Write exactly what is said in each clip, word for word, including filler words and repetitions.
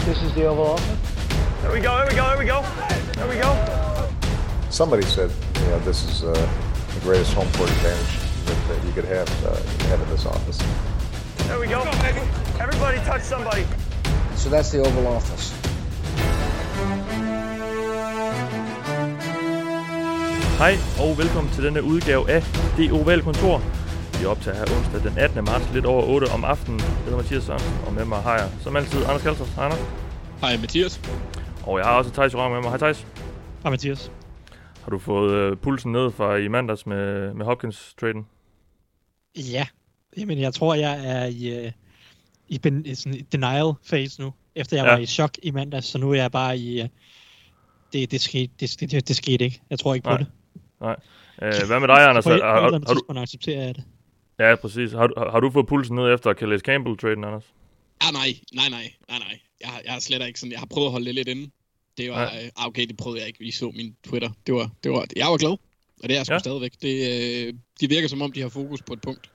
This is the Oval Office. There we go, there we go, there we go. There we go. Somebody said, you know, this is uh, the greatest home court advantage that, that you could have, uh, have in this office. There we go. Everybody touch somebody. So that's the Oval Office. Hej og velkommen til denne udgave af Det Ovale Kontor. Vi optager her onsdag den attende marts lidt over otte om aftenen. Jeg hedder Mathias Sørensen, og med mig har jeg som altid Anders Kaltoft. Hej Anders. Hej Mathias. Og jeg har også Theis Joranger med mig. Hej Theis. Hej Mathias. Har du fået øh, pulsen ned fra i mandags med, med Hopkins-traden? Ja, jamen jeg tror jeg er i, uh, i, ben, i sådan denial phase nu. Efter jeg ja. var i chok i mandags, så nu er jeg bare i... Uh, det, det, skete, det, det, det skete ikke. Jeg tror ikke Nej. på det. Nej. Øh, hvad med dig, Anders? På et har, eller har, andet har tidspunkt accepterer jeg det. Ja, præcis. Har, har, har du fået pulsen ned efter Calais Campbell-traden, Anders? Ah, nej, nej, nej, nej, nej. Jeg, har, jeg har slet ikke sådan... Jeg har prøvet at holde det lidt inde. Det var... Øh, okay, det prøvede jeg ikke. I så min Twitter. Det var... Det var jeg var glad. Og det er jeg sgu ja. stadigvæk. Det, øh, de virker som om, de har fokus på et punkt.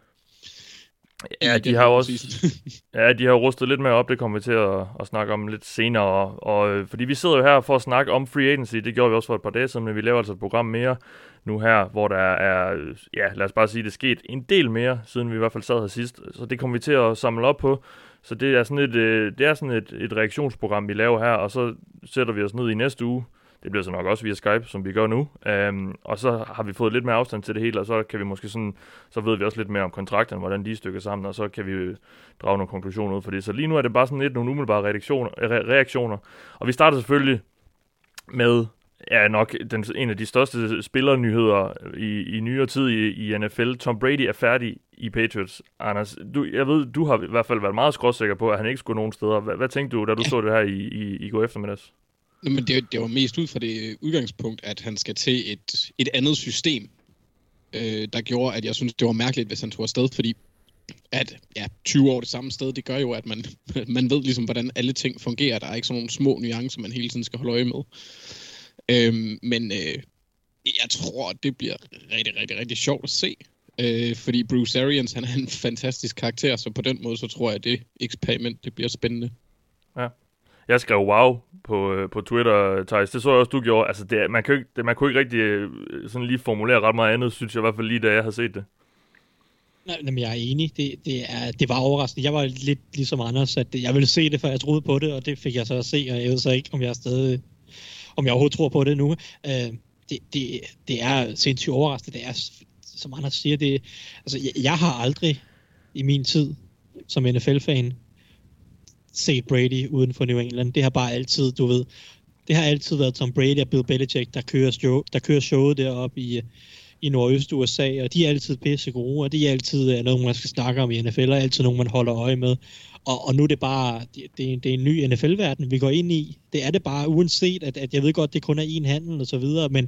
Ja, de har også, ja, de har rustet lidt mere op, det kommer vi til at, at snakke om lidt senere, og, og fordi vi sidder jo her for at snakke om free agency, det gjorde vi også for et par dage siden, men vi laver altså et program mere nu her, hvor der er, ja, lad os bare sige, det er sket en del mere, siden vi i hvert fald sad her sidst, så det kommer vi til at samle op på, så det er sådan et, det er sådan et, et reaktionsprogram, vi laver her, og så sætter vi os ned i næste uge. Det bliver så nok også via Skype, som vi gør nu. Um, og så har vi fået lidt mere afstand til det hele, og så kan vi måske sådan, så ved vi også lidt mere om kontrakterne, hvordan de er stykket sammen, og så kan vi drage nogle konklusioner ud for det. Så lige nu er det bare sådan lidt nogle umiddelbare reaktioner. reaktioner. Og vi starter selvfølgelig med, ja nok, den, en af de største spillernyheder i, i nyere tid i, i N F L. Tom Brady er færdig i Patriots. Anders, du, jeg ved, du har i hvert fald været meget skråsikker på, at han ikke skulle nogen steder. Hvad, hvad tænkte du, da du så det her i, i, i går eftermiddags? Men det, det var mest ud fra det udgangspunkt, at han skal til et, et andet system, øh, der gjorde, at jeg synes, det var mærkeligt, hvis han tog afsted, fordi at ja, tyve år det samme sted, det gør jo, at man, man ved ligesom, hvordan alle ting fungerer. Der er ikke sådan nogle små nuancer, man hele tiden skal holde øje med. Øh, men øh, jeg tror, det bliver rigtig, rigtig, rigtig sjovt at se, øh, fordi Bruce Arians, han er en fantastisk karakter, så på den måde, så tror jeg, at det eksperiment, det bliver spændende. Ja. Jeg skrev wow på, på Twitter, Theis. Det så jeg også, du gjorde. Altså, det, man, kan ikke, det, man kunne ikke rigtig sådan lige formulere ret meget andet, synes jeg i hvert fald lige, da jeg havde set det. Nej, men jeg er enig. Det, det, er, det var overraskende. Jeg var lidt ligesom Anders, at jeg ville se det, før jeg troede på det, og det fik jeg så at se, og jeg ved så ikke, om jeg stadig, om jeg overhovedet tror på det nu. Uh, det, det, det er sindssygt overraskende. Det er, som Anders siger, det, altså, jeg, jeg har aldrig i min tid som N F L-fan set Brady uden for New England. Det har bare altid, du ved, det har altid været Tom Brady og Bill Belichick, der kører, show, der kører showet deroppe i, i nordøst U S A, og de er altid pisse gode, og de er altid nogen, man skal snakke om i N F L, og altid nogen, man holder øje med. Og, og nu er det bare, det, det, er, det er en ny N F L-verden, vi går ind i. Det er det bare, uanset, at, at jeg ved godt, det kun er én handel og så videre, men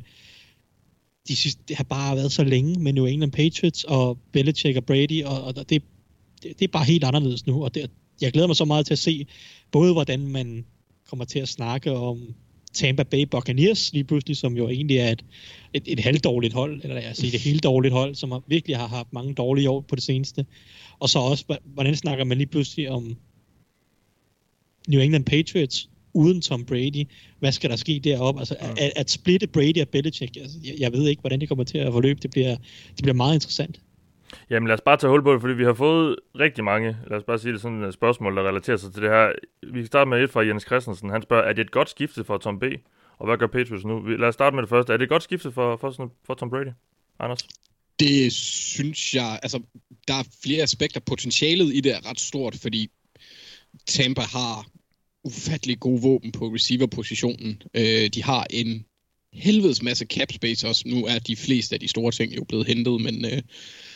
de synes, det har bare været så længe med New England Patriots og Belichick og Brady, og, og det, det, det er bare helt anderledes nu, og det jeg glæder mig så meget til at se, både hvordan man kommer til at snakke om Tampa Bay Buccaneers, lige pludselig, som jo egentlig er et, et, et halvdårligt hold, eller jeg siger, et helt dårligt hold, som virkelig har haft mange dårlige år på det seneste. Og så også, hvordan snakker man lige pludselig om New England Patriots uden Tom Brady? Hvad skal der ske deroppe? Altså, at, at splitte Brady og Belichick, altså, jeg, jeg ved ikke, hvordan det kommer til at forløbe. Det bliver, det bliver meget interessant. Jamen lad os bare tage hul på det, fordi vi har fået rigtig mange, lad os bare sige det sådan et spørgsmål, der relaterer sig til det her. Vi kan starte med et fra Jens Christensen. Han spørger, er det et godt skifte for Tom B? Og hvad gør Patriots nu? Lad os starte med det første. Er det et godt skifte for, for, for Tom Brady? Anders? Det synes jeg, altså der er flere aspekter. Potentialet i det er ret stort, fordi Tampa har ufattelig gode våben på receiver-positionen. Øh, de har en helvedes masse cap space også. Nu er de fleste af de store ting jo blevet hentet, men øh,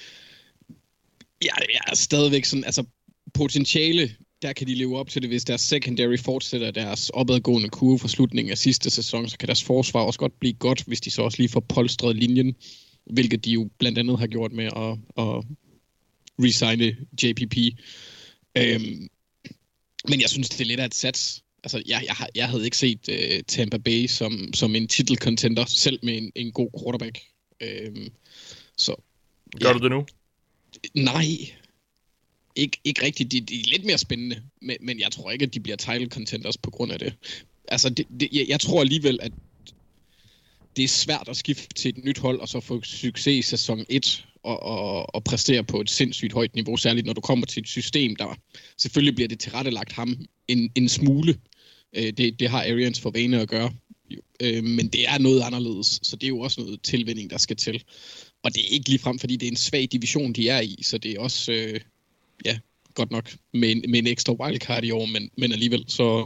ja, jeg er stadigvæk sådan, altså potentiale, der kan de leve op til det, hvis deres secondary fortsætter deres opadgående kurve for slutningen af sidste sæson, så kan deres forsvar også godt blive godt, hvis de så også lige får polstret linjen, hvilket de jo blandt andet har gjort med at, at resigne J P P. Øhm, men jeg synes, det er lidt af et sats. Altså, jeg, jeg, jeg havde ikke set uh, Tampa Bay som, som en titelcontender, selv med en, en god quarterback. Øhm, så, Gør ja. du det nu? Nej. ikke, ikke rigtigt. De, de er lidt mere spændende, men, men jeg tror ikke, at de bliver title contenders på grund af det. Altså, det, det, jeg, jeg tror alligevel, at det er svært at skifte til et nyt hold, og så få succes i sæson et, og, og, og præstere på et sindssygt højt niveau, særligt når du kommer til et system, der selvfølgelig bliver det tilrettelagt ham en, en smule. Det, det har Arians for vane at gøre, men det er noget anderledes, så det er jo også noget tilvænning, der skal til. Og det er ikke ligefrem, fordi det er en svag division, de er i, så det er også, øh, ja, godt nok med en, med en ekstra wildcard i år, men, men alligevel, så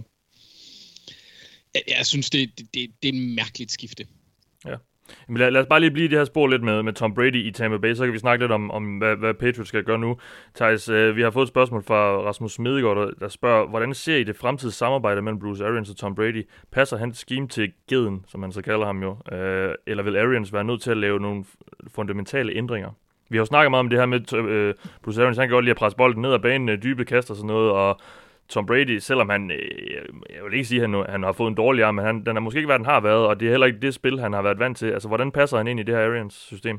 jeg, jeg synes, det, det, det er en mærkeligt skifte. Ja. Men lad, lad os bare lige blive i det her spor lidt med, med Tom Brady i Tampa Bay, så kan vi snakke lidt om, om hvad, hvad Patriots skal gøre nu. Thijs, øh, vi har fået et spørgsmål fra Rasmus Smedegaard, der, der spørger, hvordan ser I det fremtidige samarbejde mellem Bruce Arians og Tom Brady? Passer hans scheme til geden, som man så kalder ham jo, øh, eller vil Arians være nødt til at lave nogle fundamentale ændringer? Vi har jo snakket meget om det her med øh, Bruce Arians, han kan godt lide at presse bolden ned ad banen, dybe kast og sådan noget, og Tom Brady, selvom han, jeg vil ikke sige, at han, han har fået en dårlig arm, men han, den har måske ikke været, den har været, og det er heller ikke det spil, han har været vant til. Altså, hvordan passer han ind i det her Arians-system?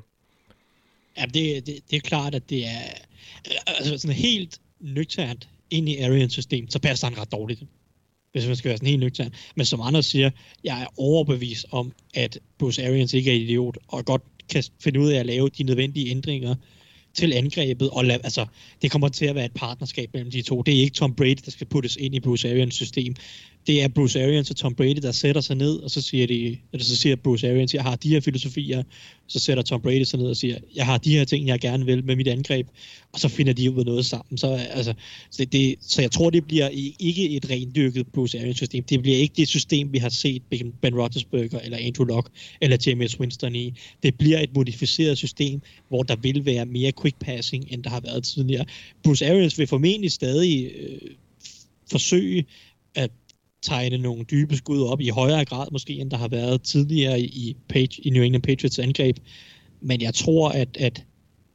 Ja, det, det, det er klart, at det er altså sådan helt nøgternt ind i Arians-system, så passer han ret dårligt, hvis man skal være sådan helt nøgternt. Men som andre siger, jeg er overbevist om, at Bruce Arians ikke er idiot, og godt kan finde ud af at lave de nødvendige ændringer til angrebet, og lad, altså, det kommer til at være et partnerskab mellem de to. Det er ikke Tom Brady, der skal puttes ind i Bruce Arians system. Det er Bruce Arians og Tom Brady, der sætter sig ned, og så siger, de, eller så siger Bruce Arians, jeg har de her filosofier, så sætter Tom Brady sig ned og siger, jeg har de her ting, jeg gerne vil med mit angreb, og så finder de ud af noget sammen. Så, altså, så, det, så jeg tror, det bliver ikke et rendyrket Bruce Arians system. Det bliver ikke det system, vi har set Ben Roethlisberger, eller Andrew Luck, eller Jameis Winston i. Det bliver et modificeret system, hvor der vil være mere quick passing, end der har været tidligere. Bruce Arians vil formentlig stadig øh, forsøge at tegne nogle dybe skud op i højere grad måske, end der har været tidligere i, Page, i New England Patriots angreb. Men jeg tror, at, at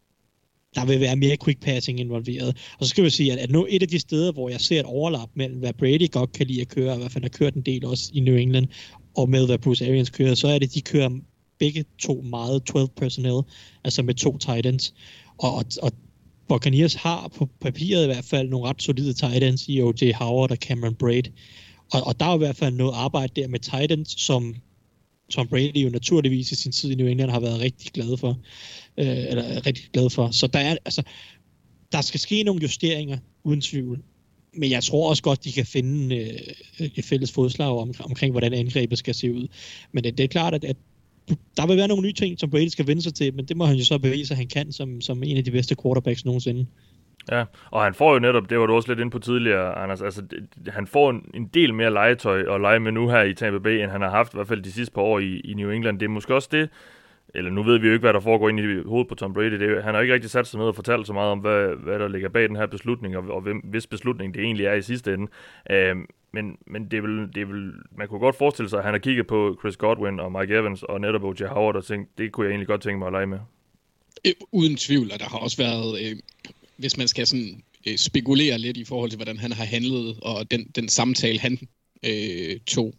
der vil være mere quick passing involveret. Og så skal vi sige, at, at nu et af de steder, hvor jeg ser et overlap mellem, hvad Brady godt kan lide at køre, og i hvert fald har kørt en del også i New England, og med hvad Bruce Arians kører, så er det, de kører begge to meget tolv personnel, altså med to tight ends. Og, og, og Buccaneers har på papiret i hvert fald nogle ret solide tight ends i O J Howard og Cameron Braid. Og, og der er i hvert fald noget arbejde der med tight ends, som Tom Brady jo naturligvis i sin tid i New England har været rigtig glad for. Øh, eller rigtig glad for. Så der er, altså, der skal ske nogle justeringer, uden tvivl. Men jeg tror også godt, de kan finde øh, et fælles fodslag om, omkring, hvordan angrebet skal se ud. Men det, det er klart, at, at der vil være nogle nye ting, som Brady skal vende sig til, men det må han jo så bevise, at han kan som, som en af de bedste quarterbacks nogensinde. Ja, og han får jo netop, det var du også lidt inde på tidligere, Anders, altså det, han får en, en del mere legetøj at lege med nu her i Tampa Bay, end han har haft i hvert fald de sidste par år i, i New England. Det er måske også det, eller nu ved vi jo ikke, hvad der foregår inde i hovedet på Tom Brady. Det er, han har ikke rigtig sat sig ned og fortalt så meget om, hvad, hvad der ligger bag den her beslutning, og, og hvem, hvis beslutning det egentlig er i sidste ende. Øhm, men men det, er vel, det er vel, man kunne godt forestille sig, at han har kigget på Chris Godwin og Mike Evans og netop O J Howard og tænkt, det kunne jeg egentlig godt tænke mig at lege med. Uden tvivl, og der har også været, øh, hvis man skal sådan øh, spekulere lidt i forhold til, hvordan han har handlet, og den, den samtale, han øh, tog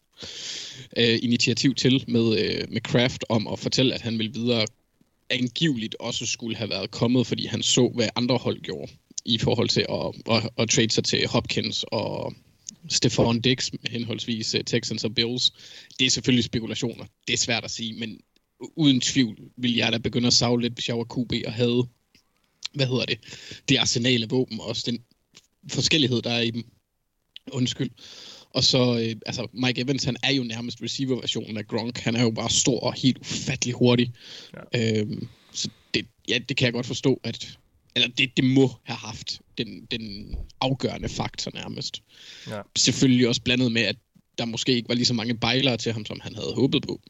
øh, initiativ til med, øh, med Kraft om at fortælle, at han ville videre, angiveligt også skulle have været kommet, fordi han så, hvad andre hold gjorde i forhold til at, at, at trade sig til Hopkins og Stephon Diggs, henholdsvis Texans og Bills. Det er selvfølgelig spekulationer. Det er svært at sige, men uden tvivl vil jeg da begynde at savle lidt, hvis jeg var Q B og havde, hvad hedder det, det arsenal af våben, og også den forskellighed, der er i dem. Undskyld. Og så, øh, altså, Mike Evans, han er jo nærmest receiver-versionen af Gronk. Han er jo bare stor og helt ufattelig hurtig. Ja. Øhm, så det, ja, det kan jeg godt forstå, at eller det, det må have haft den, den afgørende faktor nærmest. Ja. Selvfølgelig også blandet med, at der måske ikke var lige så mange bejlere til ham, som han havde håbet på.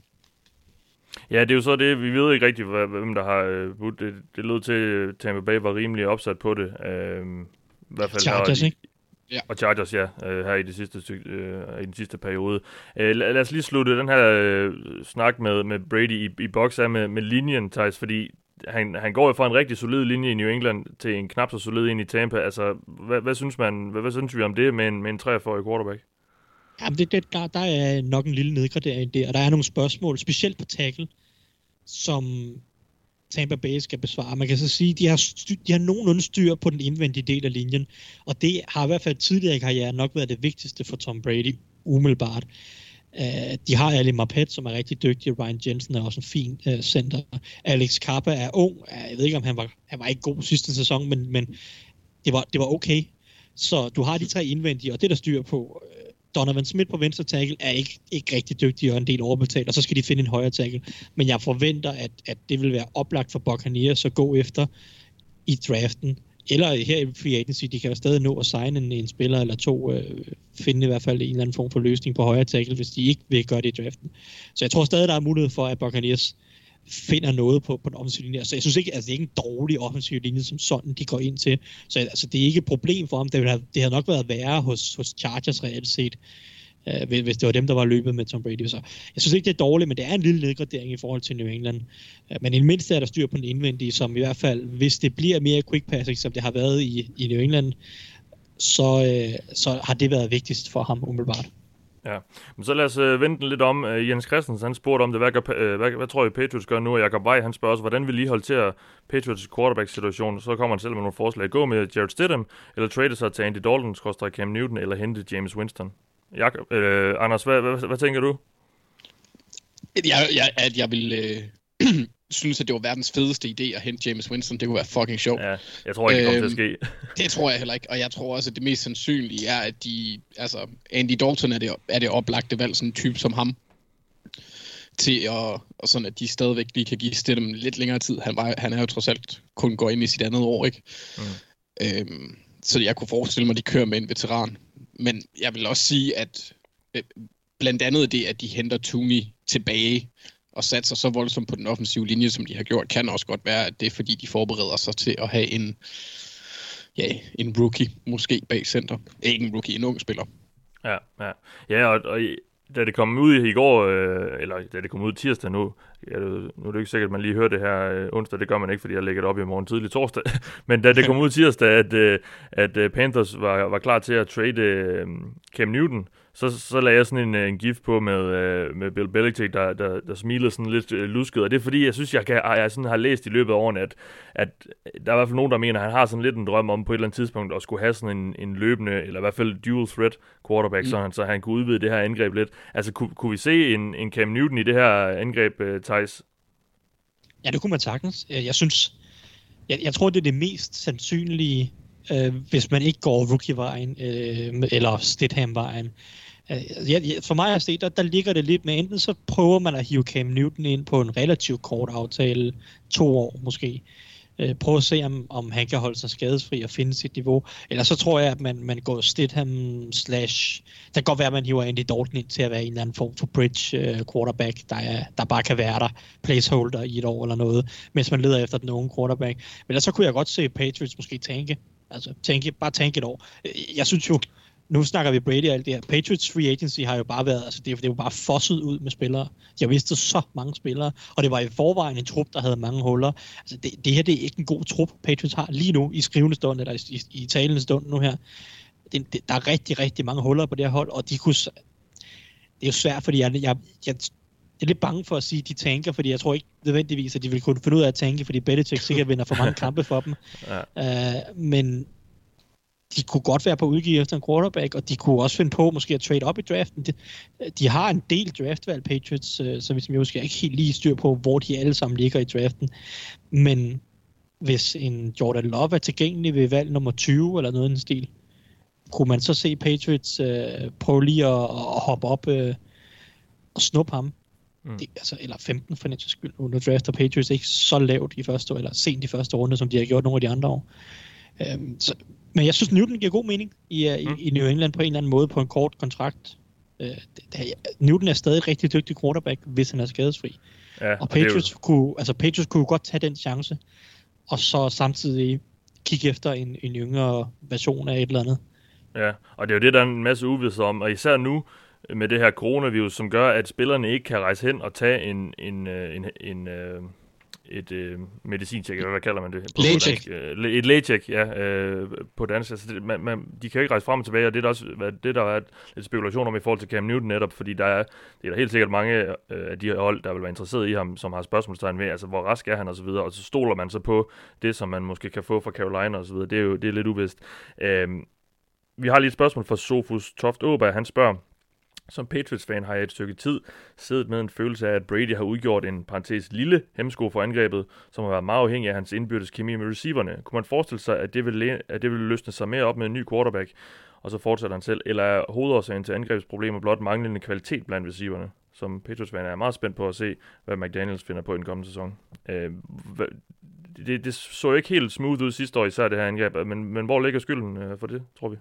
Ja, det er jo så det, vi ved ikke rigtigt, hvem der har budt. Det, det lød til, at Tampa Bay var rimelig opsat på det. Øhm, i hvert fald Chargers, ikke? Ja. Og Chargers, ja, øh, her i, det sidste, øh, i den sidste periode. Øh, lad, lad os lige slutte den her øh, snak med, med Brady i, i boks af med, med linjen, Thijs, fordi han, han går jo fra en rigtig solid linje i New England til en knap så solid ind i Tampa. Altså, hvad, hvad, synes man, hvad, hvad synes vi om det med en, med en treogfyrre-årig quarterback? Jamen, det, det, der, der er nok en lille nedgradering der, og der er nogle spørgsmål, specielt på tackle, som Tampa Bay skal besvare. Man kan så sige, at de har, styr, de har nogenlunde styr på den indvendige del af linjen, og det har i hvert fald tidligere i karrieren nok været det vigtigste for Tom Brady, umiddelbart. Uh, de har Ali Marpet, som er rigtig dygtig. Ryan Jensen er også en fin uh, center. Alex Kappa er ung. Jeg ved ikke, om han var, han var ikke god sidste sæson, men, men det, var, det var okay. Så du har de tre indvendige, og det der styr på. Donovan Smith på venstre tackle er ikke, ikke rigtig dygtig og en del overbetalt, og så skal de finde en højre tackle. Men jeg forventer, at, at det vil være oplagt for Buccaneers at gå efter i draften, eller her i free agency. De kan jo stadig nå at signe en, en spiller eller to, øh, finde i hvert fald en eller anden form for løsning på højre tackle, hvis de ikke vil gøre det i draften. Så jeg tror stadig, der er mulighed for, at Buccaneers finder noget på, på den offensive linje. Så jeg synes ikke, altså det er ikke en dårlig offensiv linje, som sådan de går ind til. Så altså, det er ikke et problem for ham. Det, have, det havde nok været værre hos, hos Chargers reelt set, øh, hvis det var dem, der var løbet med Tom Brady. Så jeg synes ikke, det er dårligt, men det er en lille nedgradering i forhold til New England. Øh, men i det mindste er der styr på den indvendige, som i hvert fald, hvis det bliver mere quick passing, som det har været i, i New England, så, øh, så har det været vigtigst for ham umiddelbart. Ja, men så lad os øh, vente lidt om. Uh, Jens Christensen, han spurgte om det, hvad, gør, øh, hvad, hvad tror I Patriots gør nu? Og Jacob Vej, han spørger også, hvordan vil I håndtere Patriots quarterback-situation? Så kommer han selv med nogle forslag. Gå med Jarrett Stidham, eller trade sig til Andy Dalton, skorstræk Cam Newton, eller hente James Winston. Jacob, øh, Anders, hvad, hvad, hvad, hvad tænker du? Jeg, jeg, at jeg vil øh, synes, at det var verdens fedeste idé at hente James Winston. Det kunne være fucking sjovt. Ja, jeg tror ikke, det kommer øhm, til at ske. Det tror jeg heller ikke, og jeg tror også, at det mest sandsynlige er, at de, altså Andy Dalton er det, er det oplagte valg, sådan en type som ham, til at, og sådan at de stadigvæk lige kan give Stidham lidt længere tid. Han, var, han er jo trods alt kun går ind i sit andet år, ikke? Mm. Øhm, så jeg kunne forestille mig, at de kører med en veteran. Men jeg vil også sige, at øh, blandt andet det, at de henter Tooney tilbage og satser så voldsomt på den offensive linje, som de har gjort, kan også godt være, at det er fordi, de forbereder sig til at have en, ja, en rookie, måske bag center. Ikke en rookie, en ung spiller. Ja, ja. Ja, og, og da det kom ud i går, øh, eller da det kom ud tirsdag nu, ja, nu er det ikke sikkert, at man lige hører det her øh, onsdag, det gør man ikke, fordi jeg lægger det op i morgen tidlig torsdag, men da det kom ud tirsdag, at, øh, at øh, Panthers var, var klar til at trade øh, Cam Newton, så, så lagde jeg sådan en, en gif på med, øh, med Bill Belichick, der, der, der smilede sådan lidt øh, lusket, og det er fordi, jeg synes, jeg, kan, jeg sådan har læst i løbet af årene, at, at der er i hvert fald nogen, der mener, at han har sådan lidt en drøm om på et eller andet tidspunkt at skulle have sådan en, en løbende, eller i hvert fald dual threat quarterback, mm. så, han, så han kunne udvide det her angreb lidt. Altså, kunne, kunne vi se en, en Cam Newton i det her angreb, uh, Theis? Ja, det kunne man sagtens. Jeg synes, jeg, jeg tror, det er det mest sandsynlige, øh, hvis man ikke går rookie-vejen, øh, eller Stidham-vejen. Ja, for mig at se, der, der ligger det lidt med, enten så prøver man at hive Cam Newton ind på en relativt kort aftale, to år måske. Øh, prøv at se, om, om han kan holde sig skadesfri og finde sit niveau. Eller så tror jeg, at man, man går Stidham slash... Det kan godt være, at man hiver Andy Dalton ind til at være en eller anden form for bridge uh, quarterback, der, er, der bare kan være der, placeholder i et år eller noget, mens man leder efter den unge quarterback. Men ellers så kunne jeg godt se Patriots måske tænke, altså tænke, bare tænke et år. Jeg synes jo, nu snakker vi Brady og alt det her. Patriots free agency har jo bare været, altså det, det er jo bare fosset ud med spillere. De har mistet så mange spillere, og det var i forvejen en trup, der havde mange huller. Altså det, det her, det er ikke en god trup, Patriots har lige nu i skrivende stund, eller i, i, i talende stund nu her. Det, det, der er rigtig, rigtig mange huller på det her hold, og de kunne... Det er jo svært, fordi jeg, jeg, jeg, jeg er lidt bange for at sige, at de tanker, fordi jeg tror ikke nødvendigvis, at de vil kunne finde ud af at tanke, fordi Belichick sikkert vinder for mange kampe for dem. Ja. Uh, men de kunne godt være på udgive efter en quarterback, og de kunne også finde på måske at trade op i draften. De, de har en del draftvalg, Patriots, så hvis jeg husker, jeg ikke helt lige styr på, hvor de alle sammen ligger i draften. Men hvis en Jordan Love er tilgængelig ved valg nummer tyve eller noget i den stil, kunne man så se Patriots øh, prøve lige at, at hoppe op øh, og snuppe ham. Mm. Det, altså, eller femten for den skyld. Nu drafter Patriots ikke så lavt i første år, eller sent i første runde, som de har gjort nogle af de andre år. Øhm, så, men jeg synes, Newton giver god mening i, uh, mm. i, i New England på en eller anden måde på en kort kontrakt. Uh, det, det, Newton er stadig rigtig dygtig quarterback, hvis han er skadesfri. Ja, og Patriots, og jo... kunne, altså Patriots kunne godt tage den chance, og så samtidig kigge efter en, en yngre version af et eller andet. Ja, og det er jo det, der er en masse uvidsthed om, og især nu med det her coronavirus, som gør, at spillerne ikke kan rejse hen og tage en, en, en, en, en et øh, medicintjek, eller hvad kalder man det? Lægetjek. Et lægetjek, ja, øh, på dansk. Altså, det, man, man, de kan jo ikke rejse frem og tilbage, og det er der også det, der er lidt spekulation om i forhold til Cam Newton netop, fordi der er, det er der helt sikkert mange øh, af de hold, der vil være interesseret i ham, som har spørgsmålstegn ved, altså hvor rask er han og så videre, og så stoler man så på det, som man måske kan få fra Carolina og så videre. Det er jo det er lidt uvist. Øh, vi har lige et spørgsmål fra Sofus Toft Åberg. Han spørger: som Patriots-fan har jeg et stykke tid siddet med en følelse af, at Brady har udgjort en parentes lille hemsko for angrebet, som har været meget afhængig af hans indbyrdes kemi med receiverne. Kunne man forestille sig, at det vil, at det vil løsne sig mere op med en ny quarterback, og så fortsætter han selv, eller er hovedårsagen til angrebsproblemer blot manglende kvalitet blandt receiverne? Som Patriots-fan er jeg meget spændt på at se, hvad McDaniels finder på i den kommende sæson. Øh, det, det så ikke helt smooth ud sidste år, især det her angreb, men, men hvor ligger skylden for det, tror vi?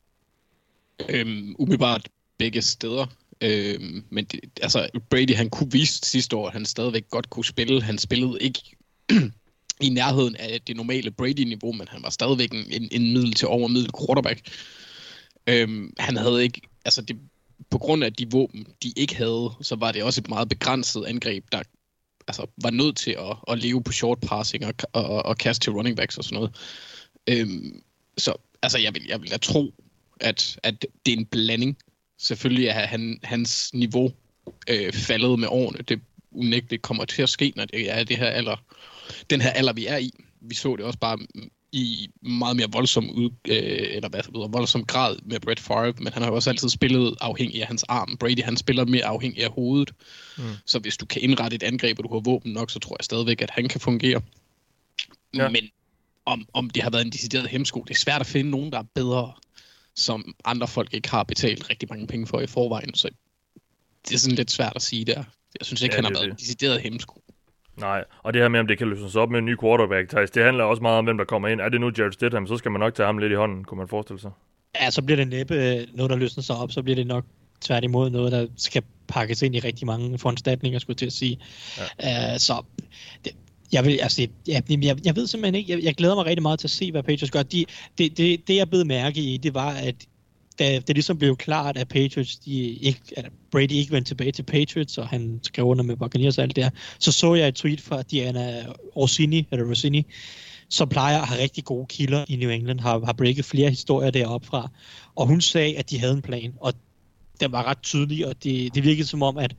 Øhm, umiddelbart begge steder. Øhm, men det, altså, Brady, han kunne vise sidste år, at han stadigvæk godt kunne spille. Han spillede ikke i nærheden af det normale Brady-niveau, men han var stadigvæk en, en middel til over middel quarterback. Øhm, han havde ikke, altså det, på grund af de våben, de ikke havde, så var det også et meget begrænset angreb, der altså, var nødt til at, at leve på short passing og, og, og kaste til running backs og sådan noget. Øhm, så altså, jeg vil, jeg vil da tro, at, at det er en blanding. Selvfølgelig er han, hans niveau øh, faldet med årene. Det unægteligt kommer til at ske, når det er det her alder, den her alder, vi er i. Vi så det også bare i meget mere voldsom, ud, øh, eller hvad hedder, voldsom grad med Brett Favre, men han har jo også altid spillet afhængig af hans arm. Brady, han spiller mere afhængig af hovedet. Mm. Så hvis du kan indrette et angreb, og du har våben nok, så tror jeg stadigvæk, at han kan fungere. Ja. Men om, om det har været en decideret hemsko, det er svært at finde nogen, der er bedre, som andre folk ikke har betalt rigtig mange penge for i forvejen, så det er sådan lidt svært at sige der. Jeg synes ikke, ja, han har været en decideret hemsko. Nej, og det her med, om det kan løses op med en ny quarterback, Thijs, det handler også meget om, hvem der kommer ind. Er det nu Jarrett Stidham, så skal man nok tage ham lidt i hånden, kunne man forestille sig. Ja, så bliver det næppe noget, der løsner sig op, så bliver det nok tværtimod noget, der skal pakkes ind i rigtig mange foranstaltninger, skulle jeg til at sige. Ja. Uh, så det, jeg, vil, altså, jeg, jeg, jeg ved simpelthen ikke, jeg, jeg glæder mig rigtig meget til at se, hvad Patriots gør. De, det, det, det, jeg blev mærke i, det var, at da det ligesom blev klart, at Patriots, de ikke, at Brady ikke vendte tilbage til Patriots, og han skrev under med Buccaneers og alt det her, så så jeg et tweet fra Diana Orsini, eller Rossini, som plejer at have rigtig gode kilder i New England, har, har breaket flere historier deroppe fra, og hun sagde, at de havde en plan, og den var ret tydelig, og det, det virkede som om, at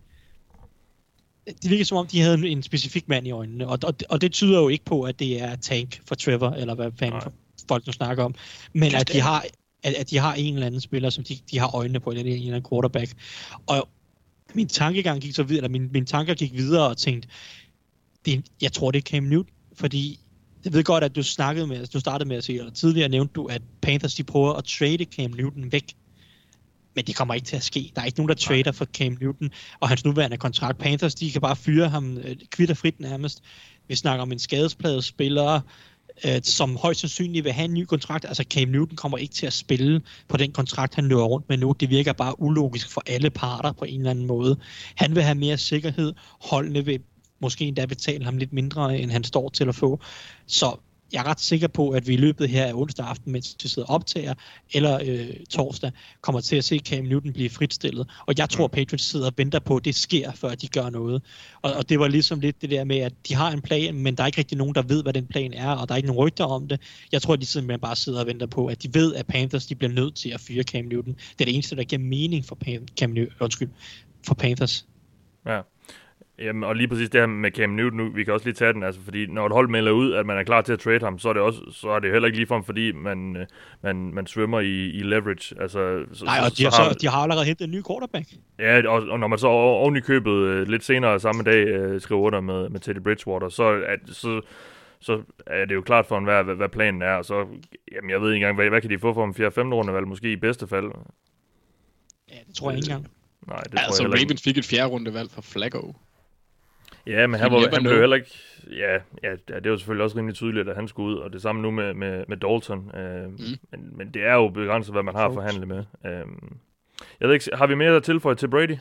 det virkede som om, de havde en specifik mand i øjnene, og, og, og det tyder jo ikke på, at det er tank for Trevor, eller hvad fanden folk nu snakker om, men at de har At, at de har en eller anden spiller, som de, de har øjnene på, eller en eller anden quarterback. Og min tankegang gik så videre, eller min, min tanker gik videre og tænkte, det, jeg tror, det er Cam Newton, fordi jeg ved godt, at du snakkede med, du startede med at sige, eller tidligere nævnte du, at Panthers, de prøver at trade Cam Newton væk. Men det kommer ikke til at ske. Der er ikke nogen, der trader for Cam Newton og hans nuværende kontrakt. Panthers, de kan bare fyre ham kvitt og frit nærmest. Vi snakker om en skadespladet spiller, øh, som højst sandsynligt vil have en ny kontrakt. Altså Cam Newton kommer ikke til at spille på den kontrakt, han løber rundt med nu. Det virker bare ulogisk for alle parter på en eller anden måde. Han vil have mere sikkerhed. Holdene vil måske endda betale ham lidt mindre, end han står til at få. Så jeg er ret sikker på, at vi i løbet her af onsdag aften, mens vi sidder og optager, eller øh, torsdag, kommer til at se Cam Newton blive fritstillet. Og jeg tror, Patriots sidder og venter på, at det sker, før de gør noget. Og, og det var ligesom lidt det der med, at de har en plan, men der er ikke rigtig nogen, der ved, hvad den plan er, og der er ikke nogen rygter om det. Jeg tror, at de simpelthen bare sidder og venter på, at de ved, at Panthers de bliver nødt til at fyre Cam Newton. Det er det eneste, der giver mening for, Cam, Cam, undskyld, for Panthers. Ja. Jamen, og lige præcis det her med Cam Newton nu, vi kan også lige tage den, altså, fordi når et hold melder ud, at man er klar til at trade ham, så er det også, så er det heller ikke ligefrem, fordi man, man, man svømmer i, i leverage. Altså, så, Nej, og de, så, har, så, de har allerede hentet en ny quarterback. Ja, og, og når man så oven i købet uh, lidt senere samme dag uh, skriver under med, med Teddy Bridgewater, så, at, så, så er det jo klart for enhver, hvad, hvad planen er. Og så, jamen, jeg ved ikke engang, hvad, hvad kan de få for en fjerde femte runde valg, måske i bedste fald? Ja, det tror jeg ikke engang. Nej, det altså, tror jeg Ravens fik et fjerde runde valg fra Flacco. Ja, men han, var, han blev heller ikke... Ja, ja, det er jo selvfølgelig også rimelig tydeligt, at han skulle ud, og det samme nu med, med, med Dalton. Øh, mm. men, men det er jo begrænset, hvad man har at forhandle med. Øh, jeg ved ikke, har vi mere at tilføje til Brady?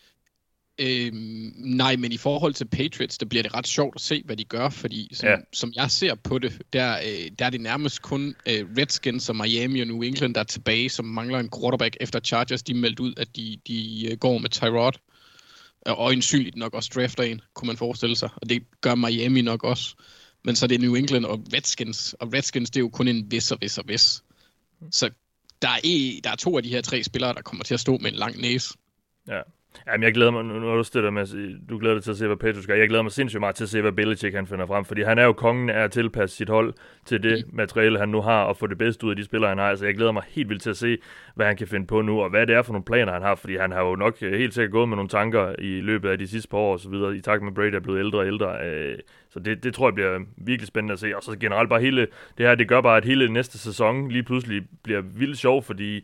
Øhm, nej, men i forhold til Patriots, der bliver det ret sjovt at se, hvad de gør, fordi som, ja. som jeg ser på det, der, øh, der er det nærmest kun øh, Redskins og Miami og New England, der er tilbage, som mangler en quarterback efter Chargers. De meldte ud, at de, de øh, går med Tyrod. Og øjensynligt nok også drafter en, kunne man forestille sig. Og det gør Miami nok også. Men så er det New England og Redskins. Og Redskins, det er jo kun en vis og vis og vis. Så der er, e, der er to af de her tre spillere, der kommer til at stå med en lang næse. Ja. Jamen, jeg glæder mig, nu er du støtter med, du glæder dig til at se, hvad Patriots gør. Jeg glæder mig sindssygt meget til at se, hvad Belichick han finder frem, fordi han er jo kongen af at tilpasse sit hold til det mm. materiale, han nu har, og få det bedste ud af de spillere, han har. Altså, jeg glæder mig helt vildt til at se, hvad han kan finde på nu, og hvad det er for nogle planer, han har, fordi han har jo nok helt sikkert gået med nogle tanker i løbet af de sidste par år og så videre, i takt med at Brady er blevet ældre og ældre. Så det, det tror jeg bliver virkelig spændende at se, og så generelt bare hele det her, det gør bare, at hele næste sæson lige pludselig bliver vildt sjov, fordi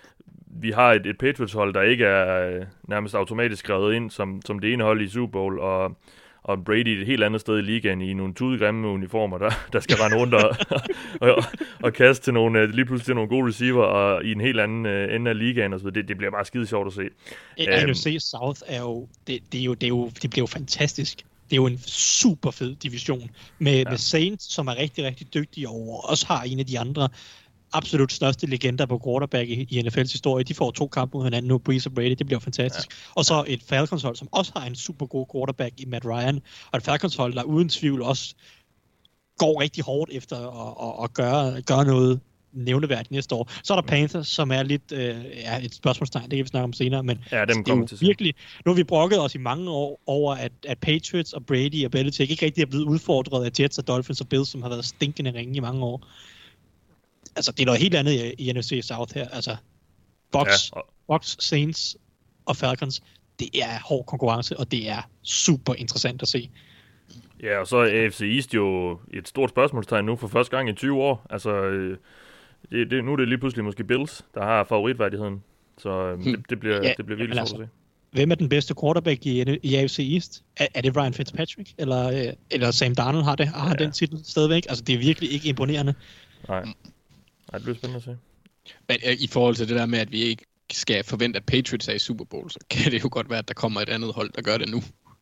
vi har et, et Patriots-hold, der ikke er øh, nærmest automatisk skrevet ind som, som det ene hold i Super Bowl, og, og Brady et helt andet sted i ligaen i nogle tudegrimme uniformer, der, der skal rende rundt og, og, og, og kaste til nogle, lige pludselig til nogle gode receiver, og i en helt anden øh, ende af ligaen, og så det, det bliver bare skide sjovt at se. N F C South er jo det, det, er jo, det, er jo, det bliver jo fantastisk. Det er jo en super fed division, med, ja. med Saints, som er rigtig, rigtig dygtige, og også har en af de andre absolut største legender på quarterback i, i N F L's historie. De får to kampe mod hinanden nu, Breeze og Brady. Det bliver fantastisk. Ja. Og så et Falcons-hold, som også har en super god quarterback i Matt Ryan. Og et Falcons-hold, der uden tvivl også går rigtig hårdt efter at, at, at gøre, gøre noget nævneværdigt næste år. Så er der Panthers, som er lidt øh, ja, et spørgsmålstegn, det kan vi snakke om senere, men ja, dem det er jo til virkelig, nu har vi brokket os i mange år over, at, at Patriots og Brady og Belichick ikke rigtig er blevet udfordret af Jets og Dolphins og Bills, som har været stinkende ringe i mange år. Altså, det er noget helt andet i, i N F C South her. Altså, Bucks, ja, og... Bucks, Saints og Falcons, det er hård konkurrence, og det er super interessant at se. Ja, og så er A F C East jo et stort spørgsmålstegn nu for første gang i tyve år. Altså, det, det, nu er det lige pludselig måske Bills, der har favoritværdigheden. Så hmm. det, det, bliver, ja, det bliver virkelig altså, sjovt at se. Hvem er den bedste quarterback i, i A F C East? Er, er det Ryan Fitzpatrick? Eller, eller Sam Darnold har det? Har ja. den titel stadigvæk? Altså, det er virkelig ikke imponerende. Nej. Nej, det bliver spændende at se. Men i forhold til det der med, at vi ikke skal forvente, at Patriots er i Super Bowl, så kan det jo godt være, at der kommer et andet hold, der gør det nu.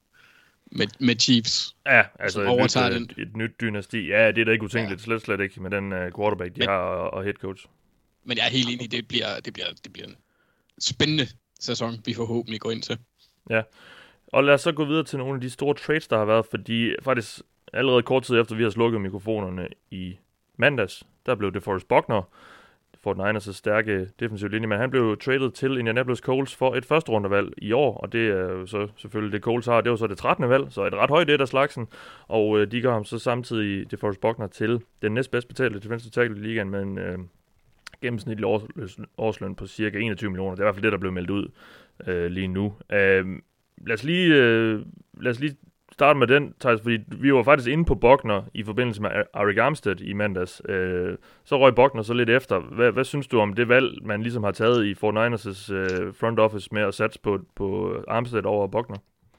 Med, med Chiefs. Ja, altså et nyt, den. et, et nyt dynasti. Ja, det er da ikke utænkeligt. Ja. Slet, slet ikke med den uh, quarterback, de men, har, og, og head coach. Men jeg er helt enig, det bliver, det bliver, det bliver en spændende sæson, vi forhåbentlig går ind til. Ja, og lad os så gå videre til nogle af de store trades, der har været, fordi faktisk allerede kort tid efter, vi har slukket mikrofonerne i mandags, der blev DeForest Buckner, forty-niners' stærke defensive linje, men han blev traded til Indianapolis Colts for et første rundevalg i år, og det er jo så selvfølgelig det Colts har, det var så det trettende valg, så et ret højt et af slagsen, og øh, de gør ham så samtidig DeForest Buckner til den næstbedst betalte defensive tackle i ligaen med en øh, gennemsnitlig års, årsløn på cirka enogtyve millioner. Det er i hvert fald det, der blev meldt ud øh, lige nu. Øh, lad os lige, øh, lad os lige starte med den, Thijs, fordi vi var faktisk inde på Buckner i forbindelse med Arik Armstead i mandags. Øh, så røg Buckner så lidt efter. Hvad, hvad synes du om det valg, man ligesom har taget i forty-niners' øh, front office med at satse på, på Armstead over Buckner?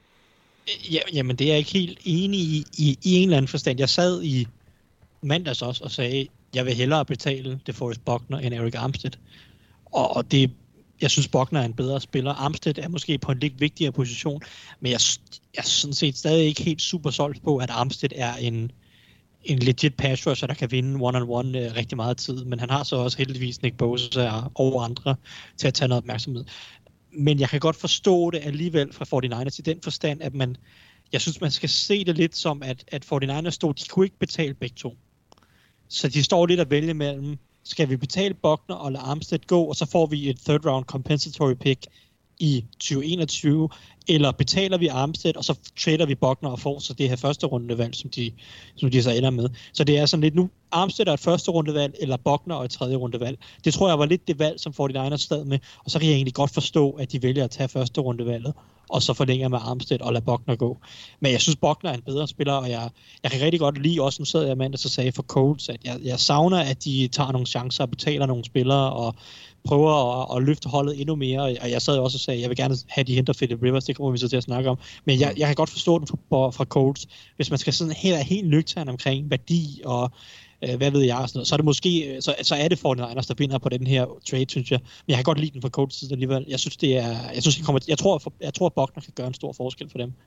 Ja, jamen, det er jeg ikke helt enig i, i, i en eller anden forstand. Jeg sad i mandags også og sagde, jeg vil hellere betale DeForest Buckner end Arik Armstead. Og, og det jeg synes, Buckner er en bedre spiller. Armstead er måske på en lidt vigtigere position, men jeg, jeg er sådan set stadig ikke helt super solgt på, at Armstead er en, en legit pass rusher, der kan vinde one-on-one øh, rigtig meget tid, men han har så også heldigvis Nick Bosa og andre til at tage noget opmærksomhed. Men jeg kan godt forstå det alligevel fra forty-niners i den forstand, at man, jeg synes, man skal se det lidt som, at, at forty-niners stod, de kunne ikke betale begge to. Så de står lidt at vælge mellem, skal vi betale Buckner og lade Armstead gå, og så får vi et third round compensatory pick i tyve enogtyve, eller betaler vi Armstead, og så trader vi Buckner og får så det her første rundevalg, som de, som de så ender med. Så det er sådan lidt nu, Armstead er et første rundevalg, eller Buckner og et tredje rundevalg. Det tror jeg var lidt det valg, som forty-niners stod med, og så kan jeg egentlig godt forstå, at de vælger at tage første rundevalget, og så forlænger med Armstead og lade Buckner gå. Men jeg synes, Buckner er en bedre spiller, og jeg, jeg kan rigtig godt lide, også nu sad jeg mandag, så sagde for Colts, at jeg, jeg savner, at de tager nogle chancer og betaler nogle spillere, og prøver at, at løfte holdet endnu mere, og jeg sad også og sagde, at jeg vil gerne have de henter Philip Rivers, det kommer vi så til at snakke om, men jeg, jeg kan godt forstå den fra, fra Colts, hvis man skal sådan helt, helt nøgtern omkring værdi og øh, hvad ved jeg, og sådan noget, så er det måske, så, så er det forty-niners, der vinder på den her trade, synes jeg, men jeg kan godt lide den fra Colts side alligevel. Jeg synes, det er, jeg synes, jeg kommer, jeg tror, jeg tror, at Buckner kan gøre en stor forskel for dem.